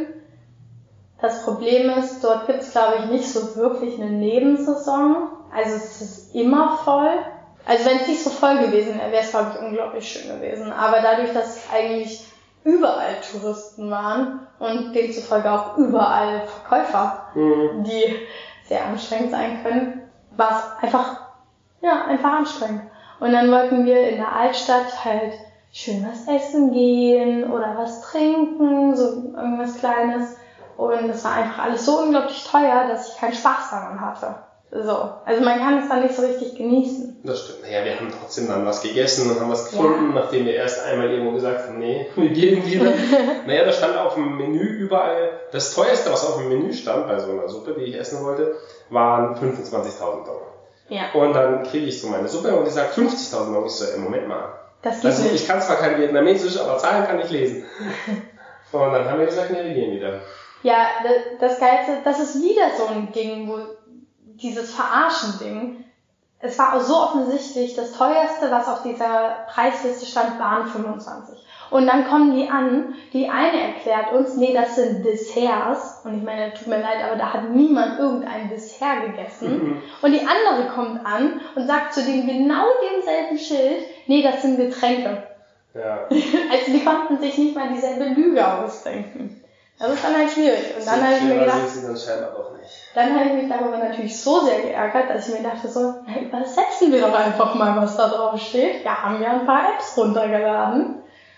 Speaker 1: Das Problem ist, dort gibt es, glaube ich, nicht so wirklich eine Nebensaison. Also es ist immer voll. Also wenn es nicht so voll gewesen wäre, wäre es, glaube ich, unglaublich schön gewesen. Aber dadurch, dass eigentlich überall Touristen waren und demzufolge auch überall Verkäufer, die sehr anstrengend sein können, war es einfach anstrengend. Und dann wollten wir in der Altstadt halt schön was essen gehen oder was trinken, so irgendwas Kleines. Und es war einfach alles so unglaublich teuer, dass ich keinen Spaß daran hatte. So. Also man kann es dann nicht so richtig genießen.
Speaker 4: Das stimmt. Naja, wir haben trotzdem dann was gegessen und haben was gefunden, nachdem wir erst einmal irgendwo gesagt haben, nee, wir gehen wieder. Naja, da stand auf dem Menü überall, das teuerste, was auf dem Menü stand, bei so einer Suppe, die ich essen wollte, waren 25.000 $.
Speaker 1: Ja.
Speaker 4: Und dann kriege ich so meine Suppe und die sagt 50.000 $. Ich so, Moment mal.
Speaker 1: Das geht
Speaker 4: Also
Speaker 1: nicht.
Speaker 4: ich kann zwar kein Vietnamesisch, aber Zahlen kann ich lesen. Und dann haben wir gesagt, nee, wir gehen wieder.
Speaker 1: Ja, das Geilste, das ist wieder so ein Ding, wo dieses Verarschen-Ding, es war auch so offensichtlich, das teuerste, was auf dieser Preisliste stand, waren 25. Und dann kommen die an, die eine erklärt uns, nee, das sind Desserts. Und ich meine, tut mir leid, aber da hat niemand irgendein Dessert gegessen. Und die andere kommt an und sagt zu dem genau demselben Schild, nee, das sind Getränke.
Speaker 4: Ja.
Speaker 1: Also die konnten sich nicht mal dieselbe Lüge ausdenken. Das ist dann halt schwierig. Und dann habe ich mir gedacht,
Speaker 4: dann scheinbar doch nicht.
Speaker 1: dann habe ich mich darüber natürlich so sehr geärgert, dass ich mir dachte so, na, übersetzen wir doch einfach mal, was da drauf steht. Ja, haben wir ein paar Apps runtergeladen.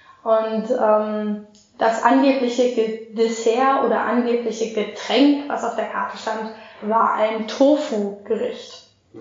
Speaker 1: Und das angebliche Dessert oder angebliche Getränk, was auf der Karte stand, war ein Tofu-Gericht.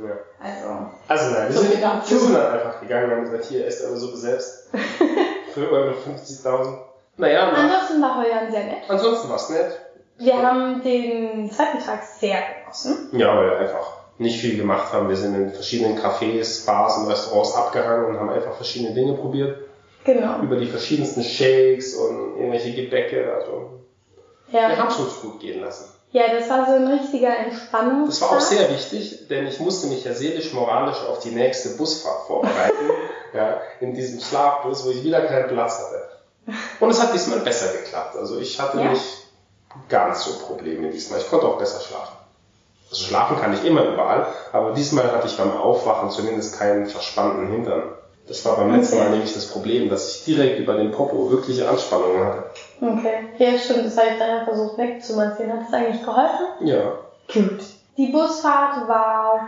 Speaker 4: Ja. Also nein, wir
Speaker 1: so
Speaker 4: sind dann einfach gegangen und haben gesagt, hier, esst eure Suppe selbst. Für eure 50.000. Naja,
Speaker 1: ansonsten war Heuern sehr nett.
Speaker 4: Ansonsten war es nett.
Speaker 1: Wir haben den zweiten Tag sehr genossen.
Speaker 4: Ja, weil wir einfach nicht viel gemacht haben. Wir sind in verschiedenen Cafés, Bars und Restaurants abgehangen und haben einfach verschiedene Dinge probiert.
Speaker 1: Genau.
Speaker 4: Über die verschiedensten Shakes und irgendwelche Gebäcke. Also
Speaker 1: ja.
Speaker 4: Wir haben es uns gut gehen lassen.
Speaker 1: Ja, das war so ein richtiger Entspannungstag.
Speaker 4: Das war auch sehr wichtig, denn ich musste mich ja seelisch-moralisch auf die nächste Busfahrt vorbereiten. Ja, in diesem Schlafbus, wo ich wieder keinen Platz hatte. Und es hat diesmal besser geklappt. Also ich hatte nicht ganz so Probleme diesmal. Ich konnte auch besser schlafen. Also schlafen kann ich immer überall, aber diesmal hatte ich beim Aufwachen zumindest keinen verspannten Hintern. Das war beim letzten Mal nämlich das Problem, dass ich direkt über den Popo wirkliche Anspannungen hatte.
Speaker 1: Okay, ja stimmt, das habe ich dann ja versucht wegzumassieren. Hat das eigentlich geholfen?
Speaker 4: Ja.
Speaker 1: Gut. Die Busfahrt war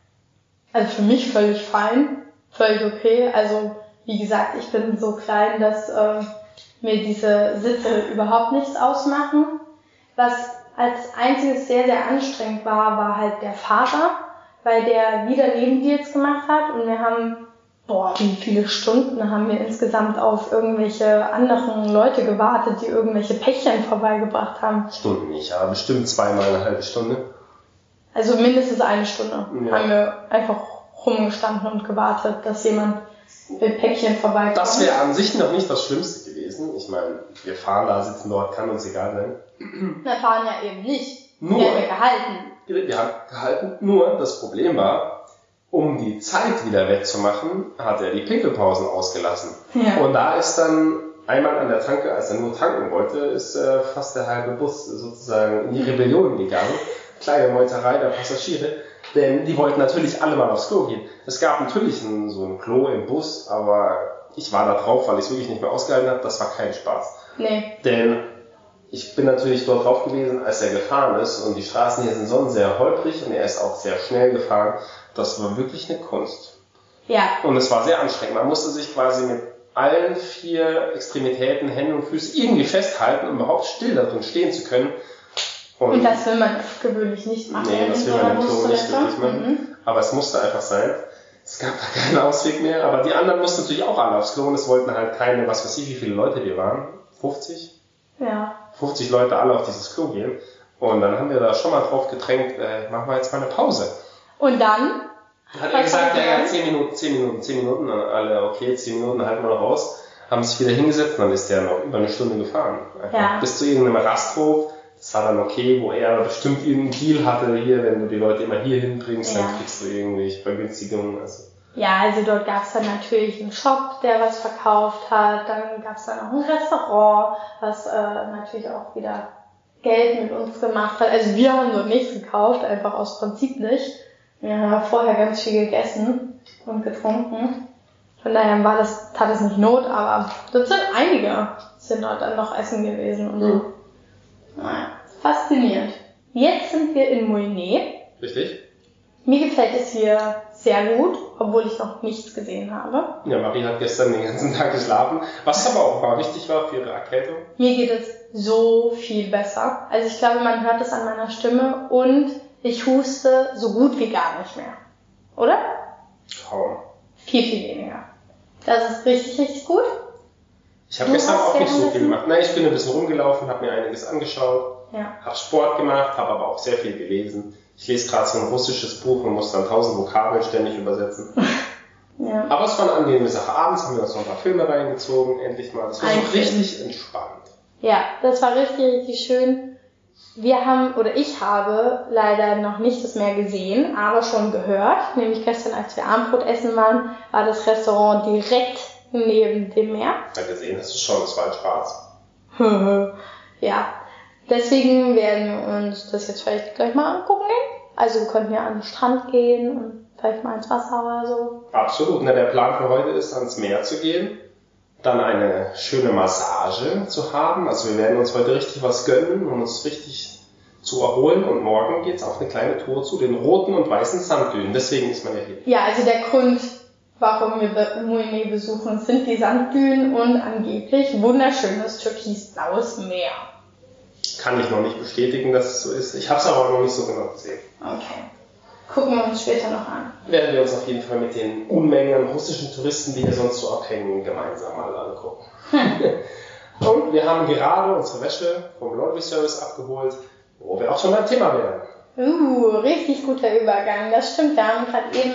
Speaker 1: also für mich völlig fein, völlig okay. Also wie gesagt, ich bin so klein, dass mir diese Sitze überhaupt nichts ausmachen. Was als einziges sehr, sehr anstrengend war halt der Fahrer, weil der wieder Nebendeals gemacht hat und wir haben wie viele Stunden haben wir insgesamt auf irgendwelche anderen Leute gewartet, die irgendwelche Päckchen vorbeigebracht haben?
Speaker 4: Stunden nicht, aber bestimmt zweimal eine halbe Stunde.
Speaker 1: Also mindestens eine Stunde haben wir einfach rumgestanden und gewartet, dass jemand mit Päckchen vorbeikommt.
Speaker 4: Das wäre an sich noch nicht das Schlimmste gewesen. Ich meine, wir fahren da, sitzen dort, kann uns egal sein.
Speaker 1: Wir fahren ja eben nicht.
Speaker 4: Nur,
Speaker 1: wir haben ja gehalten.
Speaker 4: Wir haben gehalten, nur das Problem war, um die Zeit wieder wettzumachen, hat er die Pinkelpausen ausgelassen.
Speaker 1: Ja.
Speaker 4: Und da ist dann einmal an der Tanke, als er nur tanken wollte, ist fast der halbe Bus sozusagen in die Rebellion gegangen. Kleine Meuterei der Passagiere, denn die wollten natürlich alle mal aufs Klo gehen. Es gab natürlich so ein Klo im Bus, aber ich war da drauf, weil ich es wirklich nicht mehr ausgehalten habe. Das war kein Spaß.
Speaker 1: Nee.
Speaker 4: Denn ich bin natürlich dort drauf gewesen, als er gefahren ist und die Straßen hier sind sonst sehr holprig und er ist auch sehr schnell gefahren. Das war wirklich eine Kunst.
Speaker 1: Ja.
Speaker 4: Und es war sehr anstrengend. Man musste sich quasi mit allen 4 Extremitäten, Händen und Füßen irgendwie festhalten, um überhaupt still da drin stehen zu können.
Speaker 1: Und das will man gewöhnlich nicht machen.
Speaker 4: Nee, das will man im Klo nicht wirklich machen. Aber es musste einfach sein. Es gab da keinen Ausweg mehr. Aber die anderen mussten natürlich auch alle aufs Klo und es wollten halt keine, was weiß ich, wie viele Leute wir waren. 50?
Speaker 1: Ja.
Speaker 4: 50 Leute alle auf dieses Klo gehen. Und dann haben wir da schon mal drauf gedrängt, machen wir jetzt mal eine Pause.
Speaker 1: Und dann?
Speaker 4: Hat er gesagt, ja, 10 Minuten. Und alle, okay, 10 Minuten halten wir noch aus. Haben sich wieder hingesetzt und dann ist der noch über eine Stunde gefahren. Einfach bis zu irgendeinem Rasthof. Das war dann okay, wo er bestimmt irgendeinen Deal hatte, hier, wenn du die Leute immer hier hinbringst, dann kriegst du irgendwelche Vergünstigungen.
Speaker 1: Ja, also dort gab es dann natürlich einen Shop, der was verkauft hat. Dann gab es dann auch ein Restaurant, was natürlich auch wieder Geld mit uns gemacht hat. Also wir haben dort nichts gekauft, einfach aus Prinzip nicht. Wir haben vorher ganz viel gegessen und getrunken. Von daher tat es nicht Not, aber dort sind einige, sind dort dann noch essen gewesen und so. Naja, faszinierend. Jetzt sind wir in Moyne.
Speaker 4: Richtig.
Speaker 1: Mir gefällt es hier sehr gut, obwohl ich noch nichts gesehen habe.
Speaker 4: Ja, Marie hat gestern den ganzen Tag geschlafen, was aber auch mal wichtig war für ihre Erkältung.
Speaker 1: Mir geht es so viel besser. Also ich glaube, man hört es an meiner Stimme und ich huste so gut wie gar nicht mehr. Oder?
Speaker 4: Kaum.
Speaker 1: Viel, viel weniger. Das ist richtig, richtig gut.
Speaker 4: Ich habe gestern auch nicht so viel gemacht. Nein, ich bin ein bisschen rumgelaufen, habe mir einiges angeschaut, habe Sport gemacht, habe aber auch sehr viel gelesen. Ich lese gerade so ein russisches Buch und muss dann 1000 Vokabeln ständig übersetzen. Ja. Aber es war eine angenehme Sache. Abends haben wir uns noch ein paar Filme reingezogen, endlich mal. Das war so richtig entspannt.
Speaker 1: Ja, das war richtig, richtig schön. Ich habe leider noch nicht das Meer gesehen, aber schon gehört. Nämlich gestern, als wir Abendbrot essen waren, war das Restaurant direkt neben dem Meer.
Speaker 4: Ja, gesehen hast du schon, das war halt schwarz.
Speaker 1: Ja, deswegen werden wir uns das jetzt vielleicht gleich mal angucken gehen. Also wir könnten ja an den Strand gehen und vielleicht mal ins Wasser oder so.
Speaker 4: Absolut. Na, der Plan für heute ist, ans Meer zu gehen, dann eine schöne Massage zu haben. Also wir werden uns heute richtig was gönnen und uns richtig zu erholen. Und morgen geht's auf eine kleine Tour zu den roten und weißen Sanddünen. Deswegen ist man ja hier.
Speaker 1: Ja, also der Grund, warum wir Muine besuchen, sind die Sanddünen und angeblich wunderschönes türkisblaues Meer.
Speaker 4: Kann ich noch nicht bestätigen, dass es so ist. Ich habe es aber auch noch nicht so genau gesehen.
Speaker 1: Okay. Gucken wir uns später noch an.
Speaker 4: Werden wir uns auf jeden Fall mit den Unmengen russischen Touristen, die hier sonst so abhängen, gemeinsam mal angucken. Und wir haben gerade unsere Wäsche vom Laundry Service abgeholt, wo wir auch schon beim Thema wären.
Speaker 1: Richtig guter Übergang. Das stimmt, wir haben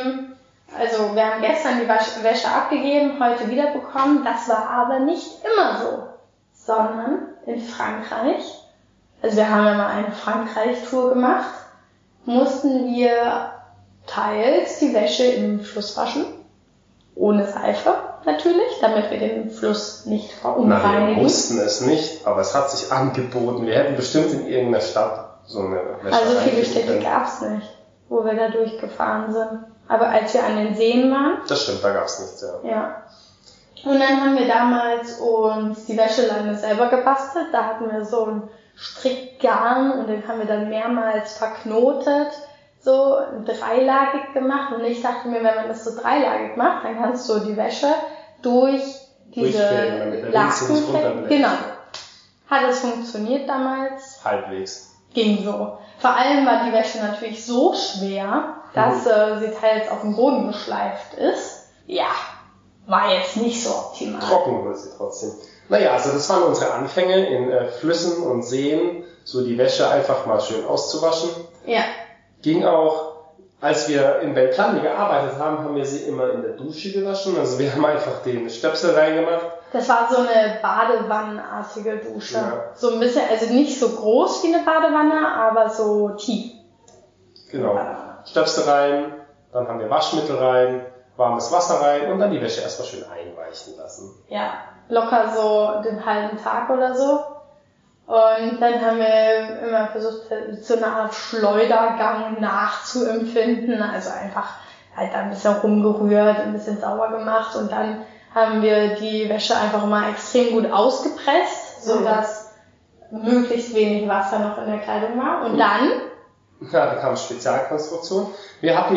Speaker 1: gestern die Wäsche abgegeben, heute wiederbekommen. Das war aber nicht immer so, sondern in Frankreich, also wir haben ja mal eine Frankreich-Tour gemacht, mussten wir teils die Wäsche im Fluss waschen, ohne Seife natürlich, damit wir den Fluss nicht verunreinigen.
Speaker 4: Nein, wir mussten es nicht, aber es hat sich angeboten. Wir hätten bestimmt in irgendeiner Stadt so eine Wäsche.
Speaker 1: Also viele Städte gab es nicht, wo wir da durchgefahren sind. Aber als wir an den Seen waren...
Speaker 4: Das stimmt, da gab es nichts, ja.
Speaker 1: Ja. Und dann haben wir damals uns die Wäscheleine selber gebastelt. Da hatten wir so ein Strickgarn und den haben wir dann mehrmals verknotet, so dreilagig gemacht. Und ich dachte mir, wenn man das so dreilagig macht, dann kannst du die Wäsche durch diese Laken... Genau. Hat es funktioniert damals?
Speaker 4: Halbwegs.
Speaker 1: Ging so. Vor allem war die Wäsche natürlich so schwer, dass sie teils auf dem Boden geschleift ist. Ja, war jetzt nicht so optimal.
Speaker 4: Trocken wurde sie trotzdem. Naja, also das waren unsere Anfänge in Flüssen und Seen, so die Wäsche einfach mal schön auszuwaschen.
Speaker 1: Ja.
Speaker 4: Ging auch, als wir in Beltrami gearbeitet haben, haben wir sie immer in der Dusche gewaschen. Also wir haben einfach den Stöpsel reingemacht.
Speaker 1: Das war so eine badewannenartige Dusche. Ja. So ein bisschen, also nicht so groß wie eine Badewanne, aber so tief.
Speaker 4: Genau. Stöpsel rein, dann haben wir Waschmittel rein, warmes Wasser rein und dann die Wäsche erstmal schön einweichen lassen.
Speaker 1: Ja, locker so den halben Tag oder so. Und dann haben wir immer versucht, so eine Art Schleudergang nachzuempfinden. Also einfach halt ein bisschen rumgerührt, ein bisschen sauber gemacht und dann haben wir die Wäsche einfach mal extrem gut ausgepresst, sodass möglichst wenig Wasser noch in der Kleidung war. Und dann...
Speaker 4: Ja, da kam Spezialkonstruktion. Wir hatten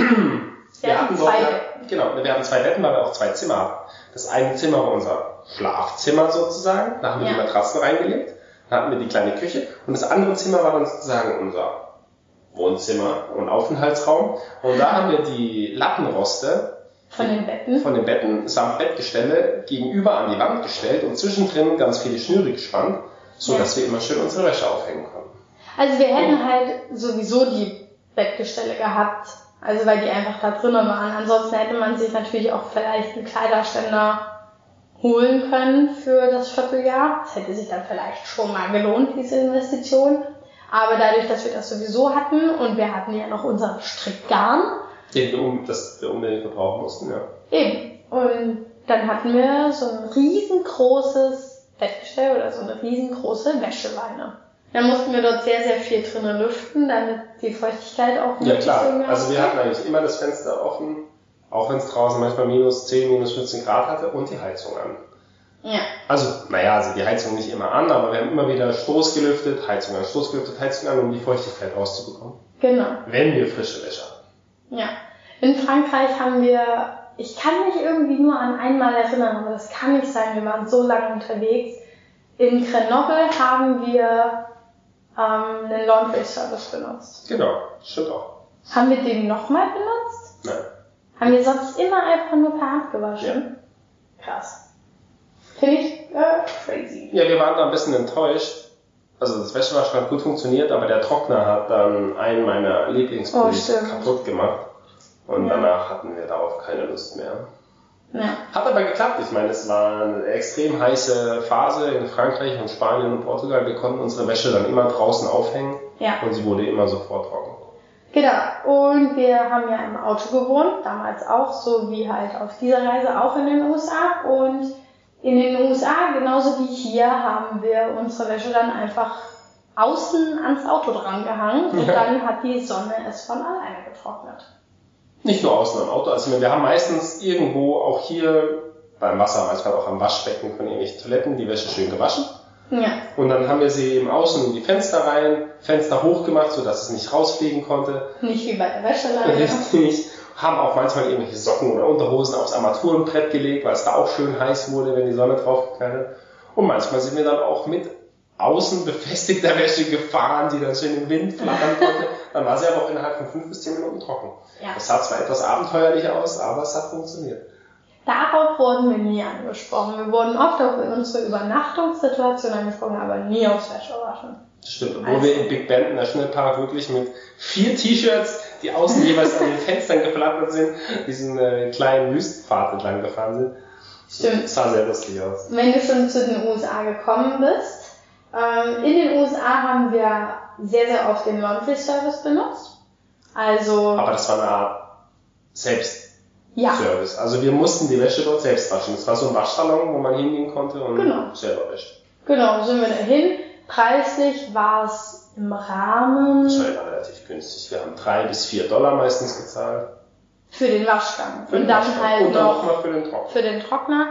Speaker 4: zwei Betten, weil wir auch zwei Zimmer hatten. Das eine Zimmer war unser Schlafzimmer sozusagen, da haben wir die Matratzen reingelegt, da hatten wir die kleine Küche und das andere Zimmer war dann sozusagen unser Wohnzimmer und Aufenthaltsraum und da haben wir die Lattenroste von den Betten samt Bettgestelle gegenüber an die Wand gestellt und zwischendrin ganz viele Schnüre gespannt, sodass wir immer schön unsere Wäsche aufhängen konnten.
Speaker 1: Also wir hätten halt sowieso die Bettgestelle gehabt, also weil die einfach da drinnen waren. Ansonsten hätte man sich natürlich auch vielleicht einen Kleiderständer holen können für das Vierteljahr. Das hätte sich dann vielleicht schon mal gelohnt, diese Investition. Aber dadurch, dass wir das sowieso hatten und wir hatten ja noch unseren Strickgarn,
Speaker 4: den wir unbedingt verbrauchen mussten, ja.
Speaker 1: Eben. Und dann hatten wir so ein riesengroßes Bettgestell oder so eine riesengroße Wäscheleine. Dann mussten wir dort sehr, sehr viel drinnen lüften, damit die Feuchtigkeit auch
Speaker 4: möglichst irgendwie also wir hatten eigentlich immer das Fenster offen, auch wenn es draußen manchmal minus 10, minus 15 Grad hatte und die Heizung an.
Speaker 1: Ja.
Speaker 4: Also die Heizung nicht immer an, aber wir haben immer wieder Stoß gelüftet, Heizung an, um die Feuchtigkeit rauszubekommen.
Speaker 1: Genau.
Speaker 4: Wenn wir frische Wäsche hatten.
Speaker 1: Ja. In Frankreich haben wir, ich kann mich irgendwie nur an einmal erinnern, aber das kann nicht sein, wir waren so lange unterwegs, In Grenoble haben wir einen Laundry-Service benutzt.
Speaker 4: Genau, stimmt auch.
Speaker 1: Haben wir den nochmal benutzt?
Speaker 4: Nein.
Speaker 1: Haben wir sonst immer einfach nur per Hand gewaschen? Ja. Krass. Finde ich crazy.
Speaker 4: Ja, wir waren da ein bisschen enttäuscht. Also das Wäschewaschen hat gut funktioniert, aber der Trockner hat dann einen meiner Lieblingspullis kaputt gemacht. Und danach hatten wir darauf keine Lust mehr.
Speaker 1: Ja.
Speaker 4: Hat aber geklappt. Ich meine, es war eine extrem heiße Phase in Frankreich und Spanien und Portugal. Wir konnten unsere Wäsche dann immer draußen aufhängen und sie wurde immer sofort trocken.
Speaker 1: Genau. Und wir haben ja im Auto gewohnt, damals auch, so wie halt auf dieser Reise auch in den USA. Und in den USA, genauso wie hier, haben wir unsere Wäsche dann einfach außen ans Auto dran gehangen und dann hat die Sonne es von alleine getrocknet.
Speaker 4: Nicht nur außen am Auto, also wir haben meistens irgendwo, auch hier beim Wasser, manchmal auch am Waschbecken von irgendwelchen Toiletten, die Wäsche schön gewaschen.
Speaker 1: Ja.
Speaker 4: Und dann haben wir sie eben außen in die Fenster rein, Fenster hoch gemacht, sodass es nicht rausfliegen konnte.
Speaker 1: Nicht wie bei der Wäscheleine.
Speaker 4: Richtig. Haben auch manchmal irgendwelche Socken oder Unterhosen aufs Armaturenbrett gelegt, weil es da auch schön heiß wurde, wenn die Sonne drauf geknallt hat. Und manchmal sind wir dann auch mit außen befestigter Wäsche gefahren, die dann schön im Wind flattern konnte. Dann war sie aber auch innerhalb von 5 bis 10 Minuten trocken. Ja. Das sah zwar etwas abenteuerlich aus, aber es hat funktioniert.
Speaker 1: Darauf wurden wir nie angesprochen. Wir wurden oft auf unsere Übernachtungssituation angesprochen, aber nie aufs Wäschewaschen.
Speaker 4: Stimmt, obwohl wir in Big Bend National Park wirklich mit 4 T-Shirts, die außen jeweils an den Fenstern geflattert sind, diesen kleinen Wüstenpfad entlang gefahren sind.
Speaker 1: Stimmt.
Speaker 4: Das sah sehr lustig aus.
Speaker 1: Wenn du schon zu den USA gekommen bist, in den USA haben wir sehr, sehr oft den Laundry-Service benutzt. Also.
Speaker 4: Aber das war eine Art Selbstservice. Also wir mussten die Wäsche dort selbst waschen. Es war so ein Waschsalon, wo man hingehen konnte und selber wäscht.
Speaker 1: Genau, sind wir dahin. Preislich war es im Rahmen.
Speaker 4: Das war ja relativ günstig. Wir haben $3 bis $4 meistens gezahlt.
Speaker 1: Für den Waschgang.
Speaker 4: Und dann nochmal
Speaker 1: für den Trockner.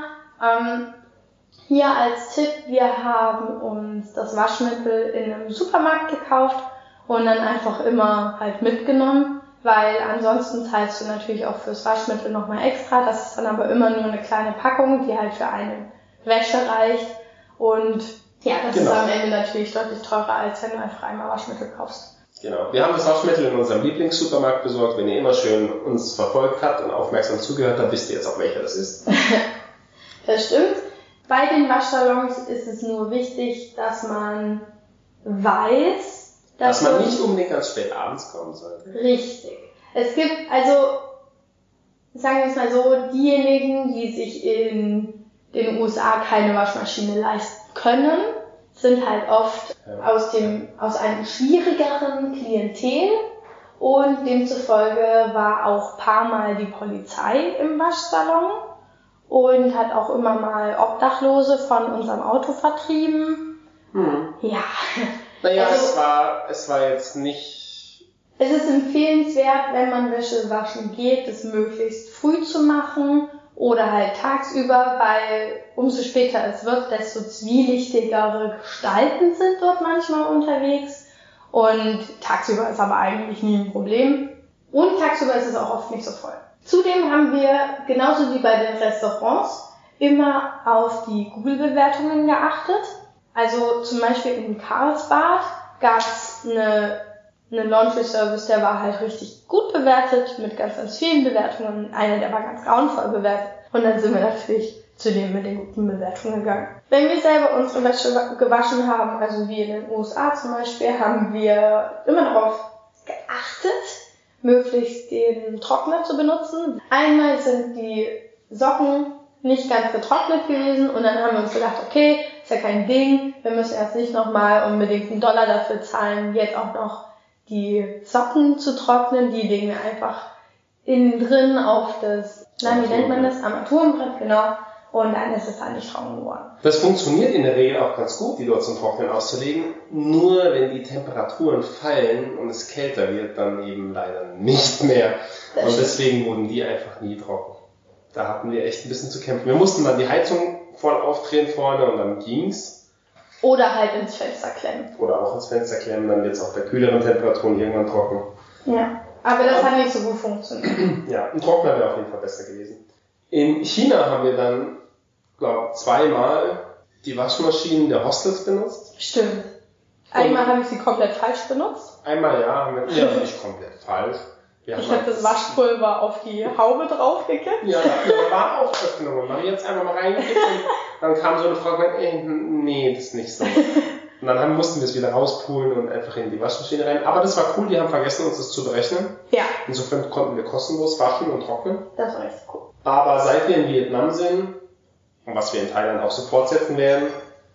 Speaker 1: Hier als Tipp, wir haben uns das Waschmittel in einem Supermarkt gekauft und dann einfach immer halt mitgenommen, weil ansonsten zahlst du natürlich auch fürs Waschmittel nochmal extra. Das ist dann aber immer nur eine kleine Packung, die halt für eine Wäsche reicht. Und ja, das ist am Ende natürlich deutlich teurer, als wenn du einfach einmal Waschmittel kaufst.
Speaker 4: Genau. Wir haben das Waschmittel in unserem Lieblingssupermarkt besorgt. Wenn ihr immer schön uns verfolgt habt und aufmerksam zugehört habt, wisst ihr jetzt auch, welcher das ist.
Speaker 1: Das stimmt. Bei den Waschsalons ist es nur wichtig, dass man weiß,
Speaker 4: dass man nicht unbedingt ganz spät abends kommen sollte.
Speaker 1: Richtig. Es gibt, also, sagen wir es mal so, diejenigen, die sich in den USA keine Waschmaschine leisten können, sind halt oft aus einem schwierigeren Klientel und demzufolge war auch ein paar Mal die Polizei im Waschsalon und hat auch immer mal Obdachlose von unserem Auto vertrieben. Ja.
Speaker 4: Naja, also, es war jetzt nicht...
Speaker 1: Es ist empfehlenswert, wenn man Wäsche waschen geht, das möglichst früh zu machen oder halt tagsüber, weil umso später es wird, desto zwielichtigere Gestalten sind dort manchmal unterwegs und tagsüber ist aber eigentlich nie ein Problem und tagsüber ist es auch oft nicht so voll. Zudem haben wir, genauso wie bei den Restaurants, immer auf die Google-Bewertungen geachtet. Also zum Beispiel in Karlsbad gab es einen Laundry-Service, der war halt richtig gut bewertet, mit ganz, ganz vielen Bewertungen. Einer, der war ganz grauenvoll bewertet. Und dann sind wir natürlich zu dem mit den guten Bewertungen gegangen. Wenn wir selber unsere Wäsche gewaschen haben, also wie in den USA zum Beispiel, haben wir immer darauf geachtet, möglichst den Trockner zu benutzen. Einmal sind die Socken nicht ganz getrocknet gewesen und dann haben wir uns gedacht, okay, ist ja kein Ding, wir müssen erst nicht nochmal unbedingt $1 dafür zahlen, jetzt auch noch die Socken zu trocknen, die legen wir einfach innen drin auf das, wie nennt man das, Armaturenbrett, genau, und dann ist es halt nicht trocken geworden.
Speaker 4: Das funktioniert in der Regel auch ganz gut, die dort zum Trocknen auszulegen, nur wenn die Temperaturen fallen und es kälter wird, dann eben leider nicht mehr. Und deswegen wurden die einfach nie trocken. Da hatten wir echt ein bisschen zu kämpfen. Wir mussten dann die Heizung voll aufdrehen vorne und dann ging's.
Speaker 1: Oder halt ins Fenster klemmen.
Speaker 4: Oder auch ins Fenster klemmen, dann wird's auch bei kühleren Temperaturen irgendwann trocken.
Speaker 1: Ja, aber das hat nicht so gut funktioniert.
Speaker 4: Ja, ein Trockner wäre auf jeden Fall besser gewesen. In China haben wir dann, glaube ich, 2-mal die Waschmaschinen der Hostels benutzt.
Speaker 1: Stimmt. Einmal habe ich sie komplett falsch benutzt.
Speaker 4: Einmal haben wir nicht komplett falsch.
Speaker 1: Ich habe das Waschpulver auf die Haube draufgekippt.
Speaker 4: Ja, da war auch Öffnungen. Man hat jetzt einfach mal reingekippt und dann kam so eine Frau und meinte, nee, das ist nicht so. Und dann mussten wir es wieder rauspulen und einfach in die Waschmaschine rein. Aber das war cool, die haben vergessen, uns das zu berechnen.
Speaker 1: Ja.
Speaker 4: Insofern konnten wir kostenlos waschen und trocknen.
Speaker 1: Das war richtig cool.
Speaker 4: Aber seit wir in Vietnam sind, und was wir in Thailand auch so fortsetzen werden,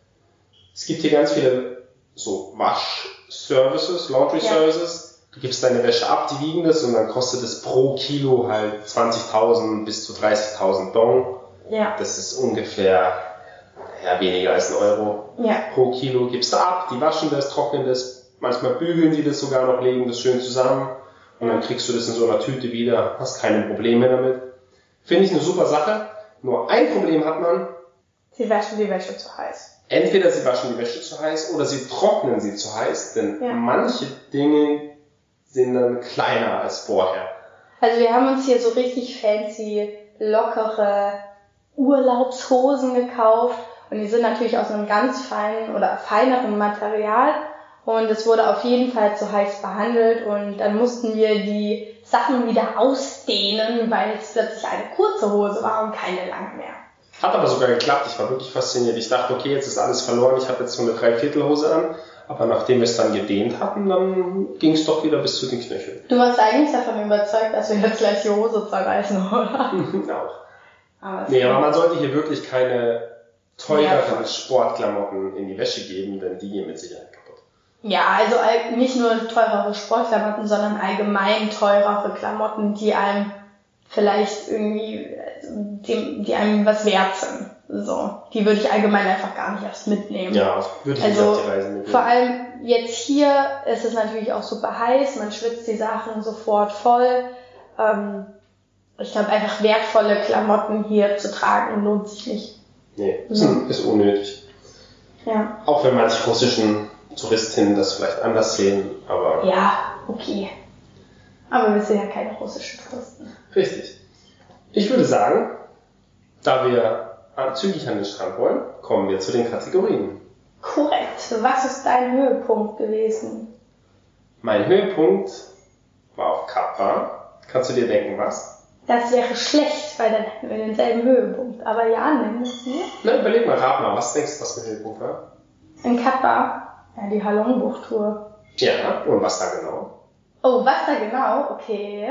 Speaker 4: es gibt hier ganz viele so Waschservices, Laundry-Services. Du gibst deine Wäsche ab, die wiegen das und dann kostet es pro Kilo halt 20.000 bis zu 30.000 Dong.
Speaker 1: Ja.
Speaker 4: Das ist ungefähr weniger als €1 pro Kilo. Gibst du ab, die waschen das, trocknen das, manchmal bügeln die das sogar noch, legen das schön zusammen und dann kriegst du das in so einer Tüte wieder, hast keine Probleme damit. Finde ich eine super Sache. Nur ein Problem hat man.
Speaker 1: Sie waschen die Wäsche zu heiß.
Speaker 4: Entweder sie waschen die Wäsche zu heiß oder sie trocknen sie zu heiß, denn manche Dinge sind dann kleiner als vorher.
Speaker 1: Also wir haben uns hier so richtig fancy, lockere Urlaubshosen gekauft und die sind natürlich aus einem ganz feinen oder feineren Material und es wurde auf jeden Fall zu heiß behandelt und dann mussten wir die Sachen wieder ausdehnen, weil es plötzlich eine kurze Hose war und keine lange mehr.
Speaker 4: Hat aber sogar geklappt, ich war wirklich fasziniert. Ich dachte, okay, jetzt ist alles verloren, ich habe jetzt so eine Dreiviertelhose an, aber nachdem wir es dann gedehnt hatten, dann ging es doch wieder bis zu den Knöcheln.
Speaker 1: Du warst eigentlich davon überzeugt, dass wir jetzt gleich die Hose zerreißen, oder?
Speaker 4: Auch. Aber man sollte hier wirklich keine teureren Sportklamotten in die Wäsche geben, denn die gehen mit Sicherheit kaputt.
Speaker 1: Ja, also nicht nur teurere Sportklamotten, sondern allgemein teurere Klamotten, die einem vielleicht irgendwie, die einem was wert sind. So, die würde ich allgemein einfach gar nicht erst mitnehmen.
Speaker 4: Ja, würde ich nicht auf die Reise mitnehmen.
Speaker 1: Vor allem jetzt hier ist es natürlich auch super heiß, man schwitzt die Sachen sofort voll. Ich glaube, einfach wertvolle Klamotten hier zu tragen lohnt sich nicht.
Speaker 4: Nee, ist unnötig.
Speaker 1: Ja.
Speaker 4: Auch wenn manche russischen Touristinnen das vielleicht anders sehen, aber...
Speaker 1: Ja, okay. Aber wir sind ja keine russischen Touristen.
Speaker 4: Richtig. Ich würde sagen, da wir zügig an den Strand wollen, kommen wir zu den Kategorien.
Speaker 1: Korrekt. Was ist dein Höhepunkt gewesen?
Speaker 4: Mein Höhepunkt war auf Kappa. Kannst du dir denken, was?
Speaker 1: Das wäre schlecht, weil dann hätten wir denselben Höhepunkt. Aber ja, nimm es mir.
Speaker 4: Na, überleg mal, rat mal, was denkst du, was mein Höhepunkt war?
Speaker 1: In Kappa, ja, die Halong-Bucht-Tour.
Speaker 4: Ja, und was da genau?
Speaker 1: Oh, was da genau? Okay.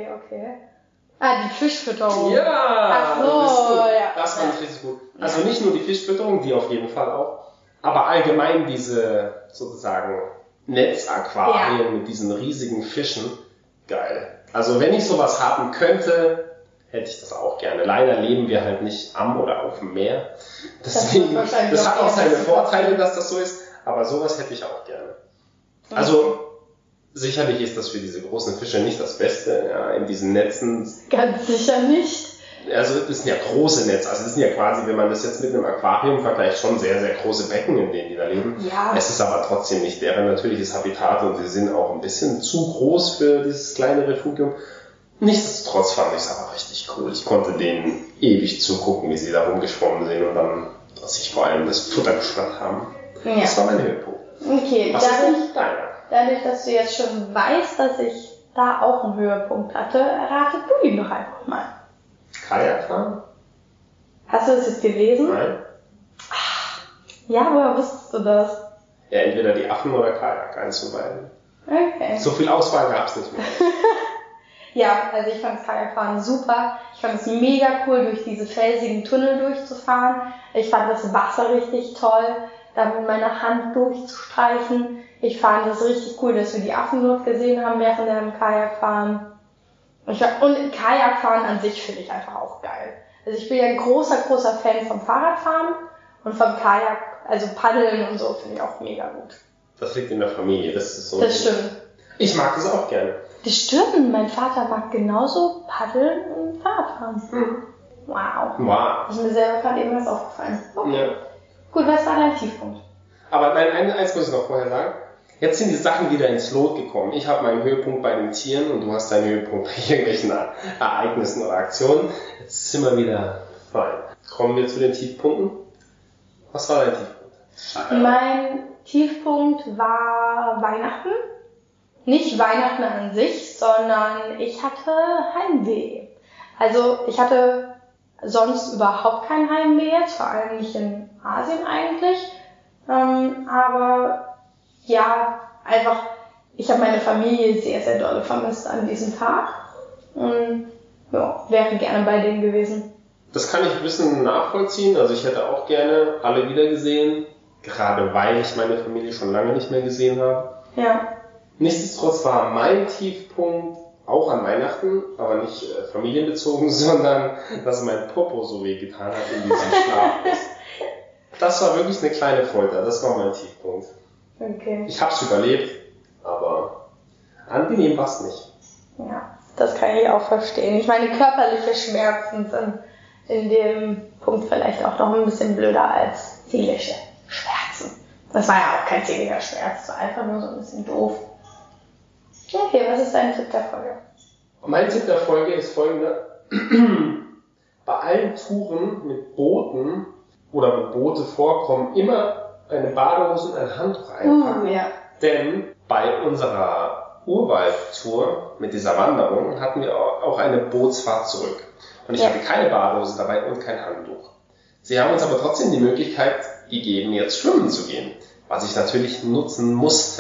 Speaker 1: Ah, die Fischfütterung.
Speaker 4: Ja,
Speaker 1: ach so, ja.
Speaker 4: Das fand ich richtig gut. Also nicht nur die Fischfütterung, die auf jeden Fall auch, aber allgemein diese sozusagen Netzaquarien mit diesen riesigen Fischen. Geil. Also wenn ich sowas haben könnte, hätte ich das auch gerne. Leider leben wir halt nicht am oder auf dem Meer. Deswegen, das hat auch seine Vorteile, dass das so ist, aber sowas hätte ich auch gerne. Also sicherlich ist das für diese großen Fische nicht das Beste, ja, in diesen Netzen.
Speaker 1: Ganz sicher nicht.
Speaker 4: Also das sind ja große Netze, also das sind ja quasi, wenn man das jetzt mit einem Aquarium vergleicht, schon sehr, sehr große Becken, in denen die da leben.
Speaker 1: Ja.
Speaker 4: Es ist aber trotzdem nicht deren natürliches Habitat und sie sind auch ein bisschen zu groß für dieses kleine Refugium. Nichtsdestotrotz fand ich es aber richtig cool. Ich konnte denen ewig zugucken, wie sie da rumgeschwommen sind und dann sich vor allem das Futter geschnappt haben. Ja. Das war mein Höhepunkt.
Speaker 1: Okay,
Speaker 4: was ist denn deiner?
Speaker 1: Dadurch, dass du jetzt schon weißt, dass ich da auch einen Höhepunkt hatte, errate du ihn doch einfach mal.
Speaker 4: Kajak fahren?
Speaker 1: Hast du das jetzt gelesen?
Speaker 4: Nein.
Speaker 1: Ja, woher wusstest du das?
Speaker 4: Ja, entweder die Affen oder Kajak, eins von beiden.
Speaker 1: Okay.
Speaker 4: So viel Auswahl gab es nicht mehr.
Speaker 1: Ja, also ich fand das Kajakfahren super. Ich fand es mega cool, durch diese felsigen Tunnel durchzufahren. Ich fand das Wasser richtig toll, da mit meiner Hand durchzustreichen. Ich fand es richtig cool, dass wir die Affen dort gesehen haben während dem Kajakfahren. Und Kajakfahren an sich finde ich einfach auch geil. Also ich bin ja ein großer Fan vom Fahrradfahren und vom Kajak, also Paddeln und so finde ich auch mega gut.
Speaker 4: Das liegt in der Familie, das ist so.
Speaker 1: Das stimmt.
Speaker 4: Ich mag das auch gerne.
Speaker 1: Das stimmt, mein Vater mag genauso Paddeln und Fahrradfahren. Wow. Das ist mir selber gerade eben was aufgefallen. Okay. Ja. Gut, was war dein Tiefpunkt?
Speaker 4: Aber nein, eins muss ich noch vorher sagen. Jetzt sind die Sachen wieder ins Lot gekommen. Ich habe meinen Höhepunkt bei den Tieren und du hast deinen Höhepunkt bei irgendwelchen Ereignissen oder Aktionen. Jetzt sind wir wieder fein. Kommen wir zu den Tiefpunkten. Was war dein Tiefpunkt?
Speaker 1: Mein Tiefpunkt war Weihnachten. Nicht Weihnachten an sich, sondern ich hatte Heimweh. Also ich hatte sonst überhaupt kein Heimweh jetzt, vor allem nicht in Asien eigentlich. Aber ja, einfach, ich habe meine Familie sehr, sehr doll vermisst an diesem Tag. Und ja, wäre gerne bei denen gewesen.
Speaker 4: Das kann ich ein bisschen nachvollziehen. Also ich hätte auch gerne alle wiedergesehen, gerade weil ich meine Familie schon lange nicht mehr gesehen habe.
Speaker 1: Ja.
Speaker 4: Nichtsdestotrotz war mein Tiefpunkt auch an Weihnachten, aber nicht familienbezogen, sondern dass mein Popo so weh getan hat in diesem Schlaf. Das war wirklich eine kleine Folter, das war mein Tiefpunkt.
Speaker 1: Okay.
Speaker 4: Ich hab's überlebt, aber angenehm war's nicht.
Speaker 1: Ja, das kann ich auch verstehen. Ich meine, körperliche Schmerzen sind in dem Punkt vielleicht auch noch ein bisschen blöder als seelische Schmerzen. Das war ja auch kein seelischer Schmerz, das war einfach nur so ein bisschen doof. Okay, was ist dein Tipp der Folge?
Speaker 4: Mein Tipp der Folge ist folgender. Bei allen Touren mit Booten oder wo Boote vorkommen, immer eine Badehose und ein Handtuch einpacken.
Speaker 1: Ja.
Speaker 4: Denn bei unserer Urwaldtour mit dieser Wanderung hatten wir auch eine Bootsfahrt zurück. Und ich hatte keine Badehose dabei und kein Handtuch. Sie haben uns aber trotzdem die Möglichkeit gegeben, jetzt schwimmen zu gehen, was ich natürlich nutzen musste.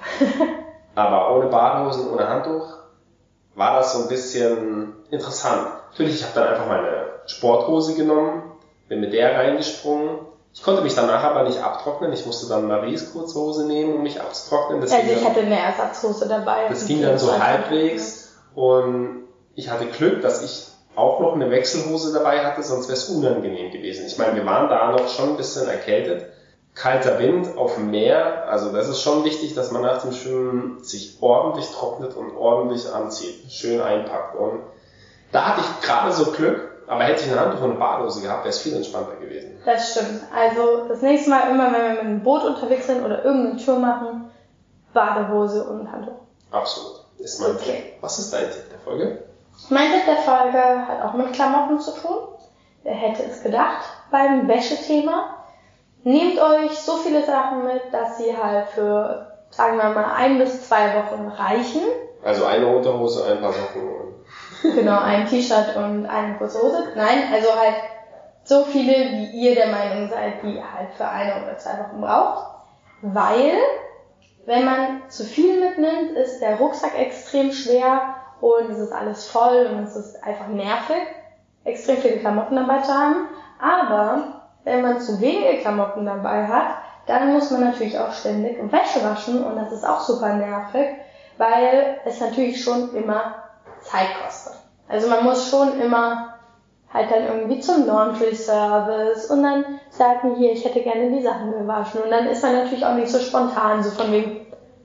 Speaker 4: Aber ohne Badehosen, ohne Handtuch war das so ein bisschen interessant. Natürlich, ich habe dann einfach meine Sporthose genommen, bin mit der reingesprungen. Ich konnte mich danach aber nicht abtrocknen. Ich musste dann Maries kurze Hose nehmen, um mich abzutrocknen.
Speaker 1: Also ich hatte eine Ersatzhose dabei.
Speaker 4: Das ging dann so halbwegs. Und ich hatte Glück, dass ich auch noch eine Wechselhose dabei hatte, sonst wäre es unangenehm gewesen. Ich meine, wir waren da noch schon ein bisschen erkältet. Kalter Wind auf dem Meer, also das ist schon wichtig, dass man nach dem Schwimmen sich ordentlich trocknet und ordentlich anzieht, schön einpackt. Und da hatte ich gerade so Glück, aber hätte ich ein Handtuch und eine Badehose gehabt, wäre es viel entspannter gewesen.
Speaker 1: Das stimmt. Also das nächste Mal immer, wenn wir mit einem Boot unterwegs sind oder irgendeine Tour machen, Badehose und ein Handtuch.
Speaker 4: Absolut, ist mein Tipp. Was ist dein Tipp der Folge?
Speaker 1: Mein Tipp der Folge hat auch mit Klamotten zu tun. Wer hätte es gedacht beim Wäschethema? Nehmt euch so viele Sachen mit, dass sie halt für, sagen wir mal, 1 bis 2 Wochen reichen.
Speaker 4: Also eine Unterhose, ein paar Socken und...
Speaker 1: Genau, ein T-Shirt und eine kurze Hose. Nein, also halt so viele, wie ihr der Meinung seid, die ihr halt für 1 oder 2 Wochen braucht. Weil, wenn man zu viel mitnimmt, ist der Rucksack extrem schwer und es ist alles voll und es ist einfach nervig, extrem viele Klamotten dabei zu haben. Aber wenn man zu wenige Klamotten dabei hat, dann muss man natürlich auch ständig Wäsche waschen und das ist auch super nervig, weil es natürlich schon immer Zeit kostet. Also man muss schon immer halt dann irgendwie zum Laundry Service und dann sagen, hier, ich hätte gerne die Sachen gewaschen und dann ist man natürlich auch nicht so spontan, so von wegen,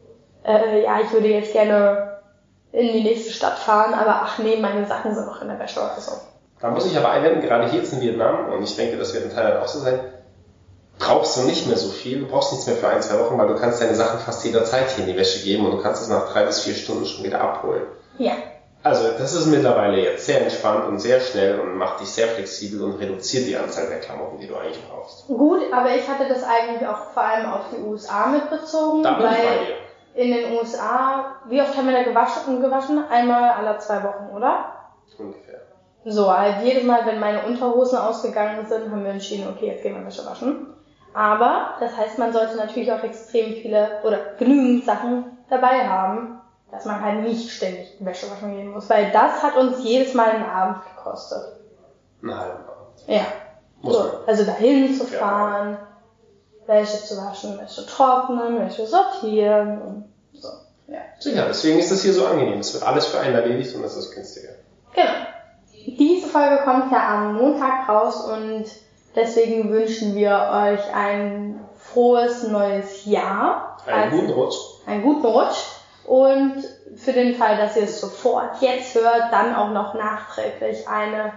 Speaker 1: ja, ich würde jetzt gerne in die nächste Stadt fahren, aber ach nee, meine Sachen sind noch in der Wäsche oder so.
Speaker 4: Da muss ich aber einwenden, gerade hier jetzt in Vietnam, und ich denke, das wird in Thailand auch so sein, brauchst du nicht mehr so viel, du brauchst nichts mehr für 1, 2 Wochen, weil du kannst deine Sachen fast jederzeit hier in die Wäsche geben und du kannst es nach 3 bis 4 Stunden schon wieder abholen.
Speaker 1: Ja.
Speaker 4: Also das ist mittlerweile jetzt sehr entspannt und sehr schnell und macht dich sehr flexibel und reduziert die Anzahl der Klamotten, die du eigentlich brauchst.
Speaker 1: Gut, aber ich hatte das eigentlich auch vor allem auf die USA mitbezogen,
Speaker 4: Da bin ich bei dir.
Speaker 1: In den USA, wie oft haben wir da gewaschen? Einmal alle 2 Wochen, oder?
Speaker 4: Ungefähr.
Speaker 1: So, halt jedes Mal, wenn meine Unterhosen ausgegangen sind, haben wir entschieden, okay, jetzt gehen wir Wäsche waschen. Aber das heißt, man sollte natürlich auch extrem viele oder genügend Sachen dabei haben, dass man halt nicht ständig Wäsche waschen gehen muss, weil das hat uns jedes Mal einen Abend gekostet.
Speaker 4: Einen halben Abend.
Speaker 1: Ja.
Speaker 4: Muss man.
Speaker 1: Also dahin zu fahren, Wäsche zu waschen, Wäsche trocknen, Wäsche sortieren und so. Ja.
Speaker 4: Sicher, deswegen ist das hier so angenehm. Es wird alles für einen erledigt und es ist günstiger.
Speaker 1: Genau. Diese Folge kommt ja am Montag raus und deswegen wünschen wir euch ein frohes neues Jahr.
Speaker 4: Einen guten Rutsch.
Speaker 1: Einen guten Rutsch. Und für den Fall, dass ihr es sofort jetzt hört, dann auch noch nachträglich eine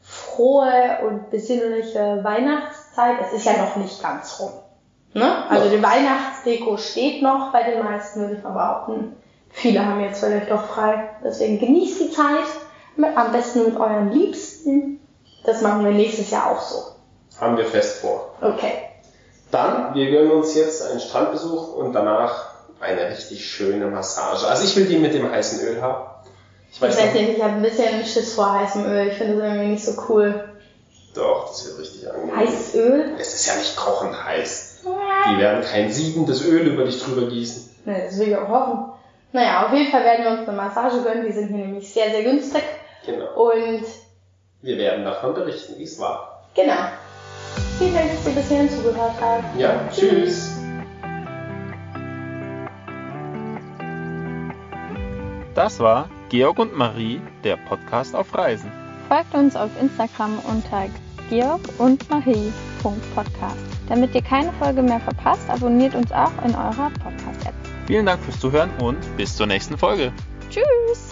Speaker 1: frohe und besinnliche Weihnachtszeit. Es ist ja noch nicht ganz rum. Ne? Also die Weihnachtsdeko steht noch bei den meisten, würde ich mal behaupten. Viele haben jetzt vielleicht doch frei. Deswegen genießt die Zeit. Am besten mit euren Liebsten. Das machen wir nächstes Jahr auch so.
Speaker 4: Haben wir fest vor.
Speaker 1: Okay.
Speaker 4: ja, wir gönnen uns jetzt einen Strandbesuch und danach eine richtig schöne Massage. Also ich will die mit dem heißen Öl haben.
Speaker 1: Ich weiß nicht, ich habe ein bisschen Schiss vor heißem Öl. Ich finde das irgendwie nicht so cool.
Speaker 4: Doch, das wird richtig angenehm.
Speaker 1: Heißes Öl?
Speaker 4: Es ist ja nicht kochend heiß. Die werden kein siedendes Öl über dich drüber gießen.
Speaker 1: Nee, das will ich auch hoffen. Naja, auf jeden Fall werden wir uns eine Massage gönnen. Die sind hier nämlich sehr, sehr günstig.
Speaker 4: Genau.
Speaker 1: Und
Speaker 4: wir werden davon berichten, wie es war.
Speaker 1: Genau. Vielen Dank, dass ihr bis hierhin zugehört habt.
Speaker 4: Ja, tschüss.
Speaker 3: Das war Georg und Marie, der Podcast auf Reisen.
Speaker 2: Folgt uns auf Instagram unter georgundmarie.podcast. Damit ihr keine Folge mehr verpasst, abonniert uns auch in eurer Podcast-App.
Speaker 3: Vielen Dank fürs Zuhören und bis zur nächsten Folge.
Speaker 2: Tschüss!